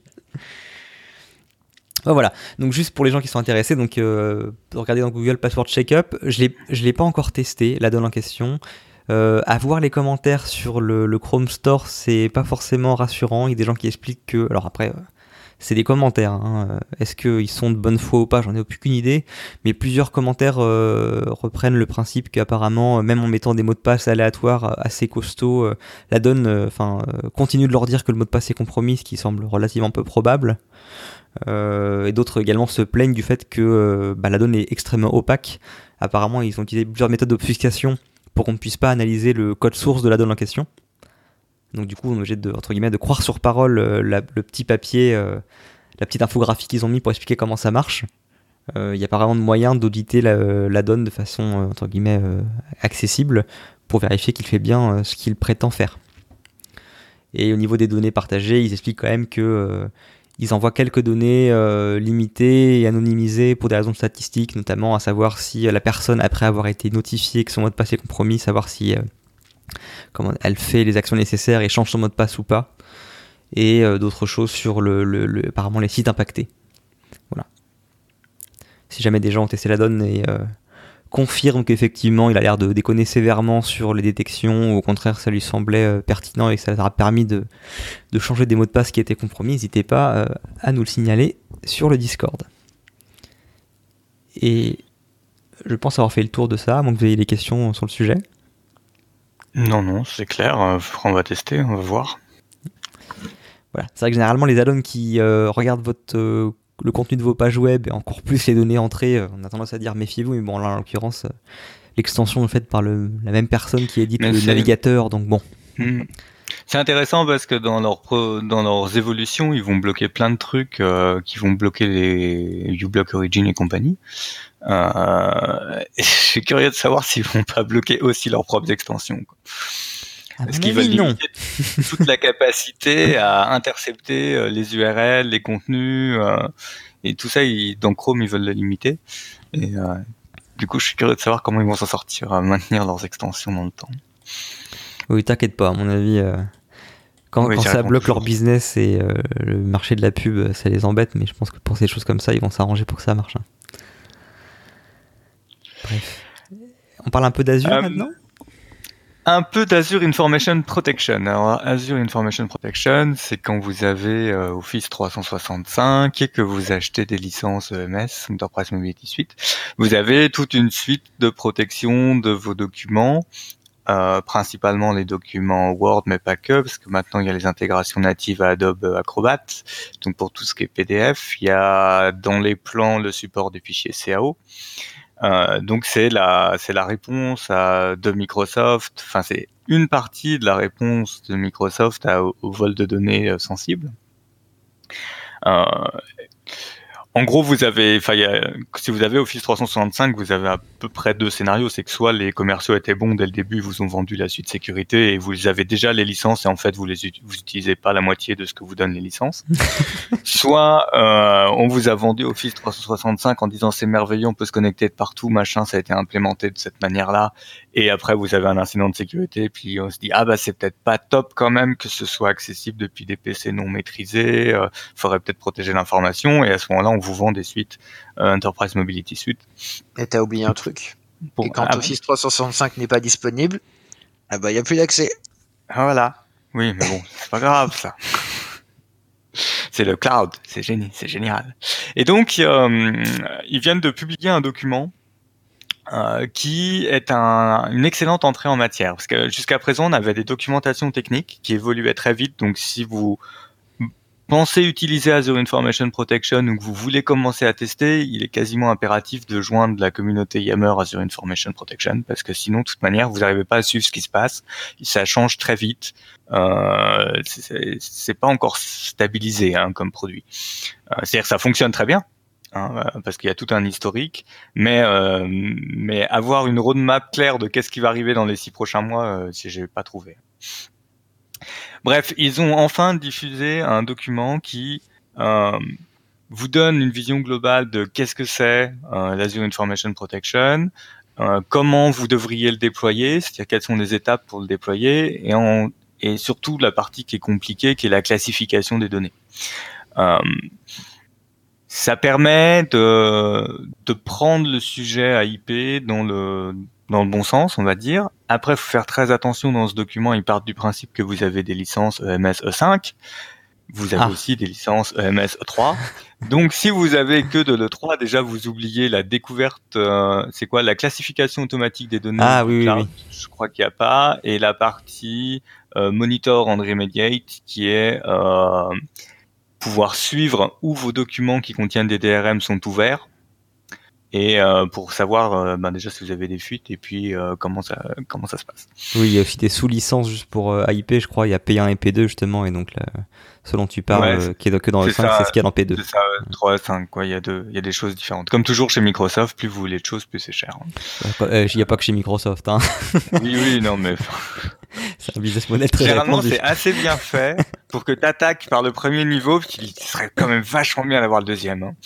Speaker 1: Oh, voilà, donc juste pour les gens qui sont intéressés, donc euh, regardez dans Google Password Checkup. Je l'ai, je l'ai pas encore testé, la donne en question. Euh, à voir les commentaires sur le, le Chrome Store, c'est pas forcément rassurant. Il y a des gens qui expliquent que... Alors après, euh, c'est des commentaires. Hein. Est-ce qu'ils sont de bonne foi ou pas ? J'en ai aucune idée. Mais plusieurs commentaires euh, reprennent le principe qu'apparemment, même en mettant des mots de passe aléatoires assez costauds, euh, la donne enfin, euh, continue de leur dire que le mot de passe est compromis, ce qui semble relativement peu probable. Euh, et d'autres également se plaignent du fait que euh, bah, la donne est extrêmement opaque. Apparemment, ils ont utilisé plusieurs méthodes d'obfuscation pour qu'on ne puisse pas analyser le code source de la donne en question. Donc du coup, on est obligé de, entre guillemets, de croire sur parole euh, la, le petit papier, euh, la petite infographie qu'ils ont mis pour expliquer comment ça marche. Il euh, n'y a pas vraiment de moyen d'auditer la, la donne de façon, euh, entre guillemets, euh, accessible pour vérifier qu'il fait bien euh, ce qu'il prétend faire. Et au niveau des données partagées, ils expliquent quand même que euh, ils envoient quelques données euh, limitées et anonymisées pour des raisons statistiques, notamment à savoir si euh, la personne, après avoir été notifiée que son mot de passe est compromis, savoir si euh, comment, elle fait les actions nécessaires et change son mot de passe ou pas, et euh, d'autres choses sur le, le, le, apparemment les sites impactés. Voilà. Si jamais des gens ont testé la donne et euh, confirment qu'effectivement il a l'air de déconner sévèrement sur les détections, ou au contraire ça lui semblait euh, pertinent et que ça leur a permis de, de changer des mots de passe qui étaient compromis, n'hésitez pas euh, à nous le signaler sur le Discord. Et je pense avoir fait le tour de ça, à moins que vous ayez des questions sur le sujet.
Speaker 2: Non, non, c'est clair, euh, on va tester, on va voir.
Speaker 1: Voilà. C'est vrai que généralement les add-ons qui euh, regardent votre... Euh, le contenu de vos pages web et encore plus les données entrées, on a tendance à dire méfiez-vous, mais bon là en l'occurrence euh, l'extension est faite par le, la même personne qui édite mais le c'est... navigateur, donc bon.
Speaker 2: Mmh. C'est intéressant parce que dans, leur pro, dans leurs évolutions, ils vont bloquer plein de trucs euh, qui vont bloquer les uBlock Origin et compagnie. Euh, et je suis curieux de savoir s'ils vont pas bloquer aussi leurs propres extensions, quoi. Est-ce qu'ils veulent limiter toute la capacité à intercepter les U R L, les contenus, euh, et tout ça, ils, dans Chrome, ils veulent le limiter. Et euh, du coup, je suis curieux de savoir comment ils vont s'en sortir à maintenir leurs extensions dans le temps.
Speaker 1: Oui, t'inquiète pas, à mon avis, euh, quand, oui, quand ça bloque toujours leur business et euh, le marché de la pub, ça les embête, mais je pense que pour ces choses comme ça, ils vont s'arranger pour que ça marche. Hein. Bref. On parle un peu d'Azure euh, maintenant ?
Speaker 2: Un peu d'Azure Information Protection. Alors, Azure Information Protection, c'est quand vous avez euh, Office trois cent soixante-cinq et que vous achetez des licences E M S, Enterprise Mobility Suite. Vous avez toute une suite de protection de vos documents, euh, principalement les documents Word, mais pas que, parce que maintenant il y a les intégrations natives à Adobe Acrobat. Donc pour tout ce qui est P D F, il y a dans les plans le support des fichiers C A O. Euh, donc c'est la c'est la réponse à, de Microsoft. Enfin c'est une partie de la réponse de Microsoft à, au, au vol de données euh, sensibles. Euh, En gros, vous avez, enfin, si vous avez Office trois cent soixante-cinq, vous avez à peu près deux scénarios. C'est que soit les commerciaux étaient bons dès le début, vous ont vendu la suite sécurité et vous avez déjà les licences et en fait vous les vous utilisez pas la moitié de ce que vous donnent les licences. Soit euh, on vous a vendu Office trois cent soixante-cinq en disant c'est merveilleux, on peut se connecter de partout, machin, ça a été implémenté de cette manière-là. Et après vous avez un incident de sécurité, puis on se dit ah bah c'est peut-être pas top quand même que ce soit accessible depuis des P C non maîtrisés. Euh, faudrait peut-être protéger l'information et à ce moment-là on vous vend des suites euh, Enterprise Mobility Suite.
Speaker 3: Et t'as oublié un truc.
Speaker 2: Bon,
Speaker 3: et quand
Speaker 2: ah,
Speaker 3: Office trois cent soixante-cinq n'est pas disponible, ah bah il y a plus d'accès.
Speaker 2: Voilà. Oui, mais bon, c'est pas grave ça. C'est le cloud, c'est génial, c'est génial. Et donc euh, ils viennent de publier un document euh, qui est un, une excellente entrée en matière parce que jusqu'à présent on avait des documentations techniques qui évoluaient très vite. Donc si vous pensez utiliser Azure Information Protection ou que vous voulez commencer à tester, il est quasiment impératif de joindre la communauté Yammer Azure Information Protection parce que sinon, de toute manière, vous n'arrivez pas à suivre ce qui se passe. Ça change très vite. Euh, c'est, c'est pas encore stabilisé hein, comme produit. Euh, c'est-à-dire que ça fonctionne très bien. Hein, parce qu'il y a tout un historique, mais euh, mais avoir une roadmap claire de qu'est-ce qui va arriver dans les six prochains mois, euh, si j'ai pas trouvé. Bref, ils ont enfin diffusé un document qui euh, vous donne une vision globale de qu'est-ce que c'est euh, l'Azure Information Protection, euh, comment vous devriez le déployer, c'est-à-dire quelles sont les étapes pour le déployer, et, en, et surtout la partie qui est compliquée, qui est la classification des données. Euh, ça permet de, de prendre le sujet A I P dans le dans le bon sens, on va dire. Après, il faut faire très attention dans ce document. Ils partent du principe que vous avez des licences E M S E cinq. Vous avez ah. aussi des licences E M S E trois. Donc, si vous avez que de l'E trois, déjà, vous oubliez la découverte, euh, c'est quoi, la classification automatique des données.
Speaker 1: Ah oui, cloud, oui, oui.
Speaker 2: Je crois qu'il n'y a pas. Et la partie euh, Monitor and Remediate, qui est euh, pouvoir suivre où vos documents qui contiennent des D R M sont ouverts. Et euh, pour savoir euh, ben déjà si vous avez des fuites et puis euh, comment ça comment ça se passe.
Speaker 1: Oui, il y a aussi des sous-licences juste pour euh, A I P, je crois. Il y a P un et P deux justement, et donc là, ce dont tu parles, ouais, euh, qui est que dans le cinq, ça, c'est ce qu'il y a dans P deux.
Speaker 2: C'est ça, trois et cinq, quoi. Il y a deux, il y a des choses différentes. Comme toujours chez Microsoft, plus vous voulez de choses, plus c'est cher.
Speaker 1: Il euh, n'y a pas que chez Microsoft, hein.
Speaker 2: Oui, oui, non, mais
Speaker 1: c'est un business model très
Speaker 2: généralement
Speaker 1: répandu.
Speaker 2: C'est assez bien fait pour que tu attaques par le premier niveau, puis tu dis, ce serait quand même vachement bien d'avoir le deuxième. Hein.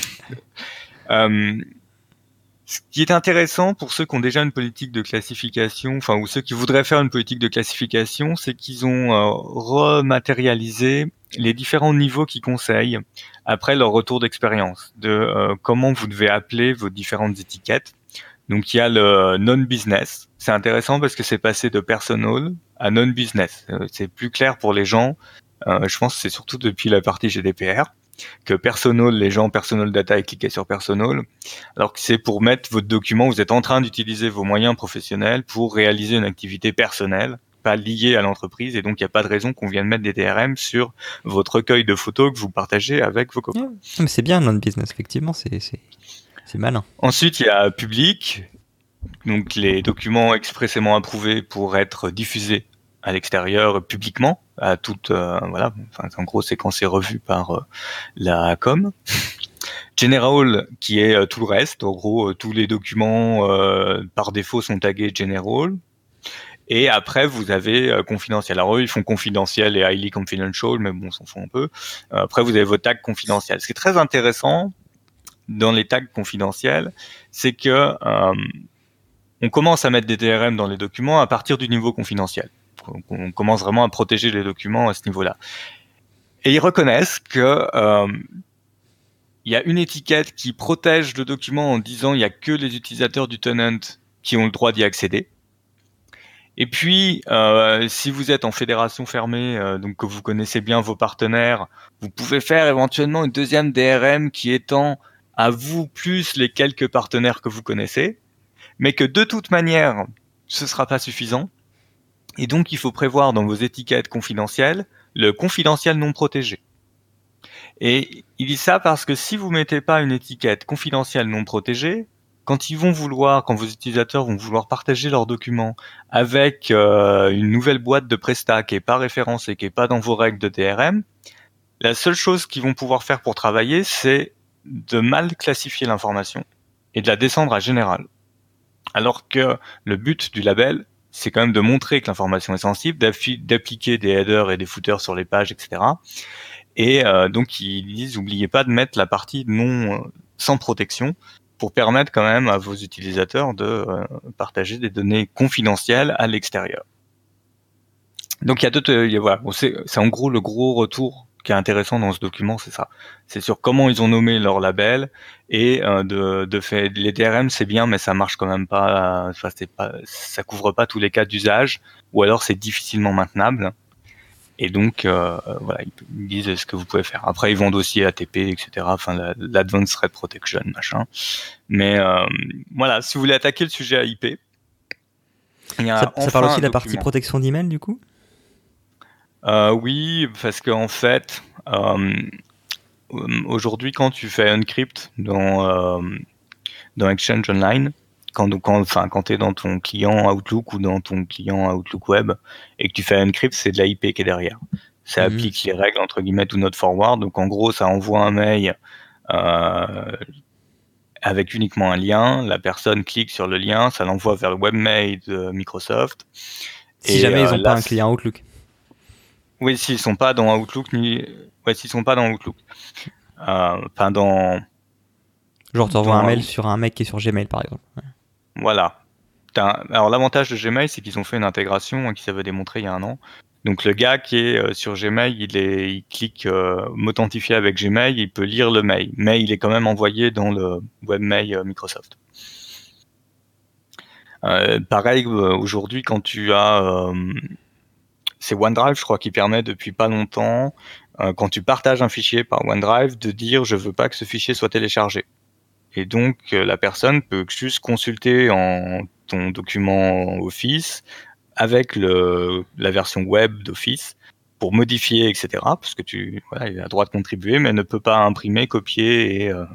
Speaker 2: Euh, ce qui est intéressant pour ceux qui ont déjà une politique de classification, enfin ou ceux qui voudraient faire une politique de classification, c'est qu'ils ont euh, rematérialisé les différents niveaux qu'ils conseillent après leur retour d'expérience, de euh, comment vous devez appeler vos différentes étiquettes. Donc il y a le non-business. C'est intéressant parce que c'est passé de personal à non-business. Euh, c'est plus clair pour les gens. Euh, je pense que c'est surtout depuis la partie G D P R. Que personal, les gens personal data et cliquaient sur personal, alors que c'est pour mettre votre document, vous êtes en train d'utiliser vos moyens professionnels pour réaliser une activité personnelle, pas liée à l'entreprise, et donc il n'y a pas de raison qu'on vienne mettre des D R M sur votre recueil de photos que vous partagez avec vos copains.
Speaker 1: Ouais, mais c'est bien non-business, effectivement, c'est, c'est, c'est malin.
Speaker 2: Ensuite, il y a public, donc les documents expressément approuvés pour être diffusés à l'extérieur publiquement, à toute euh, voilà, enfin en gros c'est quand c'est revu par euh, la com. General qui est euh, tout le reste, en gros euh, tous les documents euh, par défaut sont tagués General. Et après vous avez euh, confidentiel. Alors eux ils font confidentiel et highly confidential, mais bon on s'en fout un peu. Euh, après vous avez vos tags confidentiels. Ce qui est très intéressant dans les tags confidentiels, c'est que euh, on commence à mettre des D R M dans les documents à partir du niveau confidentiel. On commence vraiment à protéger les documents à ce niveau-là. Et ils reconnaissent que euh, il y a une étiquette qui protège le document en disant il y a que les utilisateurs du tenant qui ont le droit d'y accéder. Et puis, euh, si vous êtes en fédération fermée, euh, donc que vous connaissez bien vos partenaires, vous pouvez faire éventuellement une deuxième D R M qui étend à vous plus les quelques partenaires que vous connaissez, mais que de toute manière, ce sera pas suffisant. Et donc, il faut prévoir dans vos étiquettes confidentielles le confidentiel non protégé. Et il dit ça parce que si vous mettez pas une étiquette confidentielle non protégée, quand ils vont vouloir, quand vos utilisateurs vont vouloir partager leurs documents avec euh, une nouvelle boîte de Presta qui est pas référencée, qui est pas dans vos règles de D R M, la seule chose qu'ils vont pouvoir faire pour travailler, c'est de mal classifier l'information et de la descendre à général. Alors que le but du label, c'est quand même de montrer que l'information est sensible, d'appliquer des headers et des footers sur les pages, et cetera. Et euh, donc ils disent, n'oubliez pas de mettre la partie non euh, sans protection pour permettre quand même à vos utilisateurs de euh, partager des données confidentielles à l'extérieur. Donc il y a deux, il y a, voilà, c'est, c'est en gros le gros retour qui est intéressant dans ce document, c'est ça. C'est sur comment ils ont nommé leur label et euh, de, de fait, les D R M c'est bien, mais ça marche quand même pas, enfin, c'est pas, ça couvre pas tous les cas d'usage, ou alors c'est difficilement maintenable. Et donc euh, voilà, ils disent ce que vous pouvez faire. Après ils vendent aussi A T P, et cetera. Enfin la, l'Advanced Threat Protection, machin. Mais euh, voilà, si vous voulez attaquer le sujet A I P, il y a
Speaker 1: ça,
Speaker 2: enfin
Speaker 1: ça parle aussi de la
Speaker 2: document.
Speaker 1: partie protection d'email du coup.
Speaker 2: Euh, oui, parce qu'en fait, euh, aujourd'hui, quand tu fais encrypt dans euh, dans Exchange Online, quand quand enfin quand t'es dans ton client Outlook ou dans ton client Outlook Web et que tu fais encrypt, c'est de l'A I P qui est derrière. Ça
Speaker 1: Mhm.
Speaker 2: applique les règles entre guillemets do not forward. Donc en gros, ça envoie un mail euh, avec uniquement un lien. La personne clique sur le lien, ça l'envoie vers le webmail de Microsoft.
Speaker 1: Si
Speaker 2: et,
Speaker 1: jamais
Speaker 2: euh,
Speaker 1: ils n'ont
Speaker 2: là,
Speaker 1: pas un client Outlook.
Speaker 2: Oui, s'ils sont pas dans Outlook ni, ouais, s'ils sont pas dans Outlook. Enfin, euh, dans.
Speaker 1: Genre, tu envoies
Speaker 2: dans
Speaker 1: un mail
Speaker 2: Out...
Speaker 1: sur un mec qui est sur Gmail, par exemple. Ouais.
Speaker 2: Voilà. T'as... Alors, l'avantage de Gmail, c'est qu'ils ont fait une intégration hein, qui s'avait démontré il y a un an. Donc, le gars qui est euh, sur Gmail, il, est... il clique euh, m'authentifier avec Gmail, il peut lire le mail. Mais il est quand même envoyé dans le webmail euh, Microsoft. Euh, pareil, euh, aujourd'hui, quand tu as. Euh... C'est OneDrive, je crois, qui permet depuis pas longtemps, euh, quand tu partages un fichier par OneDrive, de dire je veux pas que ce fichier soit téléchargé. Et donc euh, la personne peut juste consulter en ton document Office avec le, la version web d'Office pour modifier, et cetera. Parce que tu, voilà, il a le droit de contribuer, mais ne peut pas imprimer, copier, et euh,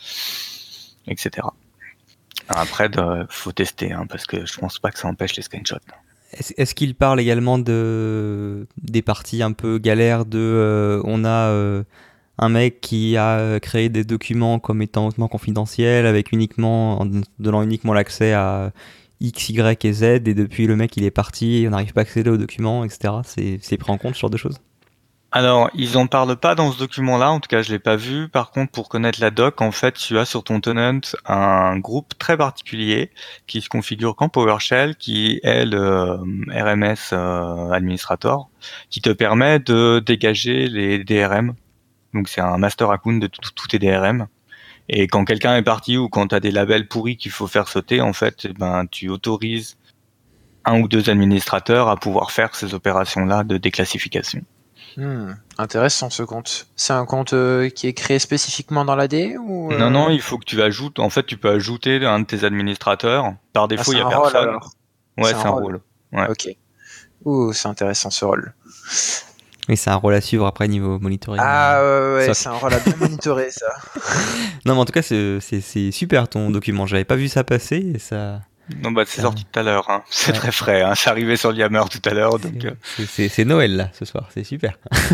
Speaker 2: et cetera. Après, il faut tester, hein, parce que je pense pas que ça empêche les screenshots.
Speaker 1: Est-ce, est-ce qu'il parle également de des parties un peu galères de euh, on a euh, un mec qui a créé des documents comme étant hautement confidentiels avec uniquement en donnant uniquement l'accès à X, Y et Z et depuis le mec il est parti, on n'arrive pas à accéder aux documents, et cetera. C'est, c'est pris en compte ce genre de choses?
Speaker 2: Alors, ils en parlent pas dans ce document-là, en tout cas je l'ai pas vu. Par contre, pour connaître la doc, en fait, tu as sur ton tenant un groupe très particulier qui se configure qu'en PowerShell, qui est le R M S euh, Administrator, qui te permet de dégager les D R M. Donc c'est un master account de tous tes D R M. Et quand quelqu'un est parti ou quand tu as des labels pourris qu'il faut faire sauter, en fait, ben tu autorises un ou deux administrateurs à pouvoir faire ces opérations-là de déclassification.
Speaker 3: Hmm, intéressant ce compte. C'est un compte euh, qui est créé spécifiquement dans l'A D ou euh...
Speaker 2: Non, non, il faut que tu ajoutes. En fait, tu peux ajouter un de tes administrateurs. Par défaut, il
Speaker 3: ah,
Speaker 2: y a
Speaker 3: rôle,
Speaker 2: personne.
Speaker 3: alors.
Speaker 2: Ouais,
Speaker 3: c'est
Speaker 2: c'est
Speaker 3: un
Speaker 2: un
Speaker 3: rôle.
Speaker 2: rôle. Ouais.
Speaker 3: Ok. Ouh, c'est intéressant ce rôle.
Speaker 1: Oui, c'est un rôle à suivre après niveau monitoring.
Speaker 3: Ah ouais, ouais,
Speaker 1: Ça-
Speaker 3: c'est un rôle à bien monitorer ça.
Speaker 1: Non, mais en tout cas, c'est, c'est, c'est super ton document. J'avais pas vu ça passer et ça.
Speaker 2: Non, bah c'est
Speaker 1: Ça-
Speaker 2: sorti tout à l'heure. Hein. C'est
Speaker 1: Ouais.
Speaker 2: très frais. Hein. C'est arrivé sur le Yammer tout à l'heure, donc.
Speaker 1: C'est,
Speaker 2: euh,
Speaker 1: c'est, c'est- c'est Noël là ce soir, c'est super.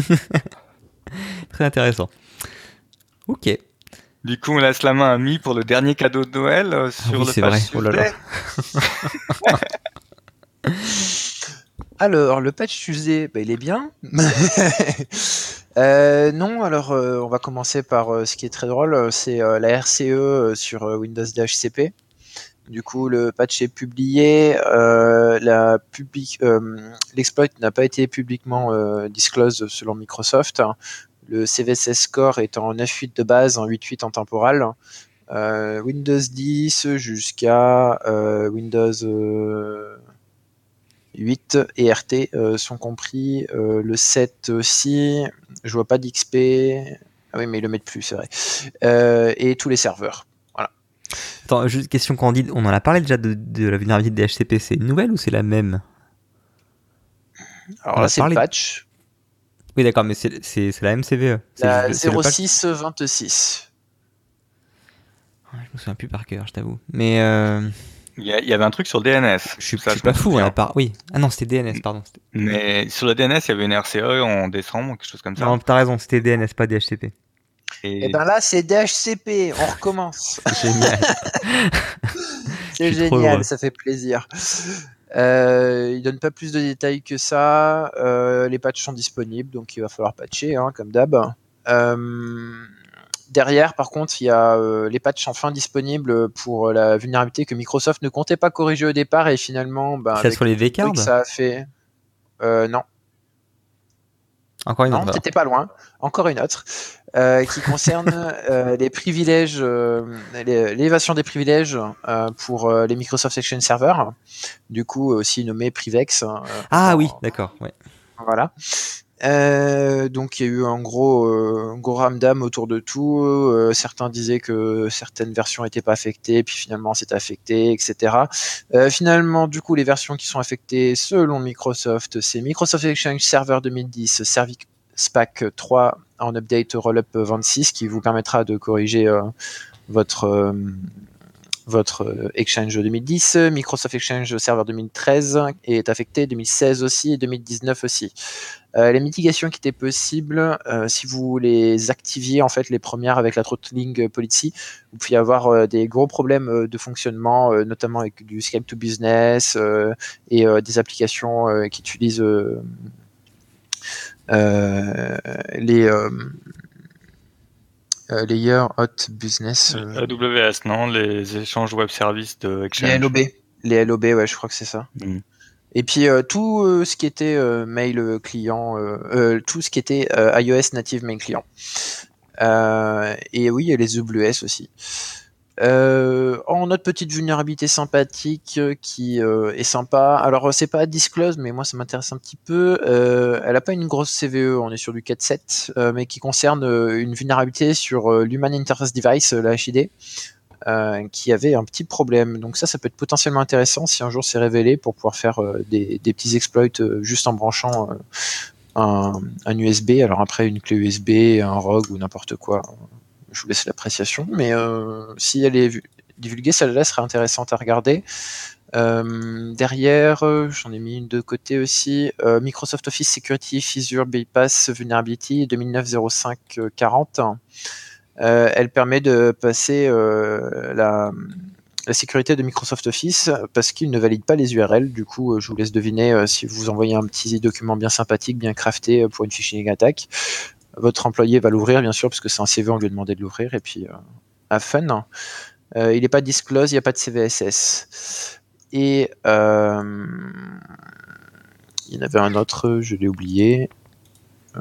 Speaker 1: Très intéressant. Ok.
Speaker 2: Du coup, on laisse la main à Mi pour le dernier cadeau de Noël euh, sur
Speaker 1: oui,
Speaker 2: le
Speaker 1: c'est
Speaker 2: Patch
Speaker 1: vrai. Oh là là.
Speaker 2: Tuesday.
Speaker 3: Alors, le patch Tuesday, bah, il est bien. euh, non, alors euh, on va commencer par euh, ce qui est très drôle, c'est euh, la R C E euh, sur euh, Windows D H C P. Du coup, le patch est publié. Euh, la public, euh, l'exploit n'a pas été publiquement euh, disclosed selon Microsoft. Le C V S S score est en neuf huit de base, en huit huit en temporal. Euh, Windows dix jusqu'à euh, Windows euh, huit et R T euh, sont compris. Euh, le sept aussi. Je vois pas d'X P. Ah oui, mais ils le mettent plus, c'est vrai. Euh, et tous les serveurs.
Speaker 1: Attends, juste question candide. On en a parlé déjà de, de la vulnérabilité de D H C P. C'est une nouvelle ou c'est la même?
Speaker 3: Alors
Speaker 1: On
Speaker 3: là,
Speaker 1: a
Speaker 3: c'est
Speaker 1: parlé-
Speaker 3: le patch.
Speaker 1: Oui, d'accord, mais c'est, c'est, c'est la M C V E. C'est
Speaker 3: La
Speaker 1: juste- c'est le patch-
Speaker 3: zéro six vingt-six.
Speaker 1: Je me souviens plus par cœur, je t'avoue. Mais euh...
Speaker 2: il, y a, il y avait un truc sur le D N S.
Speaker 1: je suis,
Speaker 2: Ça,
Speaker 1: je suis pas
Speaker 2: me
Speaker 1: fou.
Speaker 2: souviens.
Speaker 1: Hein, part... Oui. Ah non, c'était D N S, pardon. C'était...
Speaker 2: Mais sur le D N S, il y avait une R C E en décembre, quelque chose comme ça.
Speaker 1: Non, t'as raison, c'était D N S, pas D H C P.
Speaker 2: Et,
Speaker 3: Et ben là, c'est D H C P. On recommence.
Speaker 1: Génial.
Speaker 3: C'est
Speaker 1: Je suis trop heureux.
Speaker 3: génial, ça fait plaisir. Euh, il donne pas plus de détails que ça. Euh, les patchs sont disponibles, donc il va falloir patcher, hein, comme d'hab. Euh, derrière, par contre, il y a euh, les patchs enfin disponibles pour la vulnérabilité que Microsoft ne comptait pas corriger au départ, et finalement, ben,
Speaker 1: Ça
Speaker 3: avec
Speaker 1: sur les
Speaker 3: le truc
Speaker 1: V-cards
Speaker 3: que ça a fait. Euh, non,
Speaker 1: Encore une
Speaker 3: non,
Speaker 1: autre.
Speaker 3: t'étais pas loin. Encore une autre euh, qui concerne euh, les privilèges, euh, les- l'élévation des privilèges euh, pour euh, les Microsoft Exchange Server, du coup aussi nommé Privex. euh,
Speaker 1: Ah
Speaker 3: en-
Speaker 1: oui, d'accord. Ouais.
Speaker 3: Voilà. Euh, donc il y a eu un gros, euh, un gros ramdam autour de tout. Euh, certains disaient que certaines versions n'étaient pas affectées, puis finalement c'était affecté, et cetera. Euh, finalement, du coup, les versions qui sont affectées selon Microsoft, c'est Microsoft Exchange Server deux mille dix, Service Pack trois en update Rollup vingt-six, qui vous permettra de corriger euh, votre euh, votre euh, Exchange deux mille dix, Microsoft Exchange Server deux mille treize est affecté, deux mille seize aussi et deux mille dix-neuf aussi. Euh, les mitigations qui étaient possibles, euh, si vous les activiez, en fait, les premières avec la throttling policy, vous pouvez avoir euh, des gros problèmes euh, de fonctionnement, euh, notamment avec du Skype to Business euh, et euh, des applications euh, qui utilisent euh, euh, les euh, euh, Layer Hot Business. euh,
Speaker 2: A W S, non, les échanges web services de
Speaker 3: Les
Speaker 2: Exchange.
Speaker 3: L O B. Les L O B, ouais, je crois que c'est ça.
Speaker 2: Mm.
Speaker 3: Et puis euh, tout euh, ce qui était euh, mail client, euh, euh, tout ce qui était euh, iOS native mail client. Euh, et oui, il y a les W S aussi. Euh, en autre petite vulnérabilité sympathique euh, qui euh, est sympa. Alors euh, c'est pas disclose, mais moi ça m'intéresse un petit peu. Euh, elle a pas une grosse C V E, on est sur du quatre point sept, euh, mais qui concerne euh, une vulnérabilité sur euh, l'Human Interface Device, euh, la H I D. Euh, qui avait un petit problème. Donc ça, ça peut être potentiellement intéressant si un jour c'est révélé pour pouvoir faire euh, des, des petits exploits euh, juste en branchant euh, un, un U S B. Alors après, une clé U S B, un R O G ou n'importe quoi. Je vous laisse l'appréciation. Mais euh, si elle est divulguée, celle-là serait intéressante à regarder. Euh, derrière, euh, j'en ai mis une de côté aussi. Euh, Microsoft Office Security Fissure Bypass Vulnerability deux mille neuf zéro cinq quarante. Euh, elle permet de passer euh, la, la sécurité de Microsoft Office parce qu'il ne valide pas les U R L. Du coup, je vous laisse deviner euh, si vous envoyez un petit document bien sympathique, bien crafté pour une phishing attack. Votre employé va l'ouvrir, bien sûr, parce que c'est un C V, on lui a demandé de l'ouvrir. Et puis, euh, have fun. Euh, il n'est pas disclose, il n'y a pas de C V S S. Et euh, il y en avait un autre, je l'ai oublié. Euh,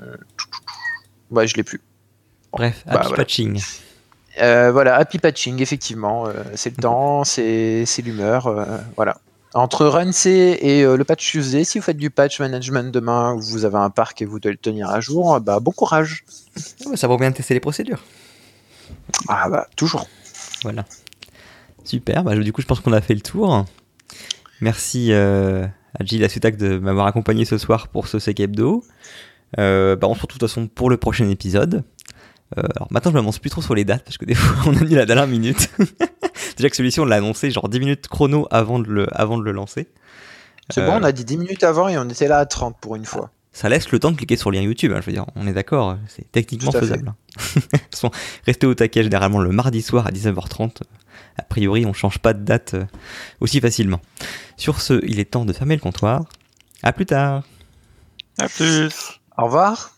Speaker 3: ouais, je l'ai plus.
Speaker 1: Bref,
Speaker 3: Bah,
Speaker 1: happy
Speaker 3: voilà.
Speaker 1: patching.
Speaker 3: Euh, voilà, happy patching, effectivement. Euh, c'est le temps, c'est c'est l'humeur. Euh, voilà. Entre RunC et euh, le patch Tuesday, si vous faites du patch management demain, vous avez un parc et vous devez le tenir à jour, bah bon courage.
Speaker 1: Oh, ça vaut bien de tester les procédures.
Speaker 3: Ah bah, toujours.
Speaker 1: Voilà. Super, bah, du coup je pense qu'on a fait le tour. Merci euh, à Gilles Assutac de m'avoir accompagné ce soir pour ce Sec Hebdo. Euh, bah, on se retrouve de toute façon pour le prochain épisode. Euh, alors maintenant je m'avance plus trop sur les dates parce que des fois on a mis la dernière minute. Déjà que celui-ci on l'a annoncé genre dix minutes chrono avant de le, avant de le lancer.
Speaker 3: C'est
Speaker 1: Euh,
Speaker 3: bon, on a dit dix minutes avant et on était là à trente pour une fois.
Speaker 1: Ça laisse le temps de cliquer sur le lien YouTube, hein, je veux dire, on est d'accord, c'est techniquement
Speaker 3: Tout à fait.
Speaker 1: faisable. De toute façon, restez au taquet généralement le mardi soir à dix-neuf heures trente. A priori, on change pas de date euh, aussi facilement. Sur ce, il est temps de fermer le comptoir. À plus tard.
Speaker 2: À plus.
Speaker 3: Au revoir.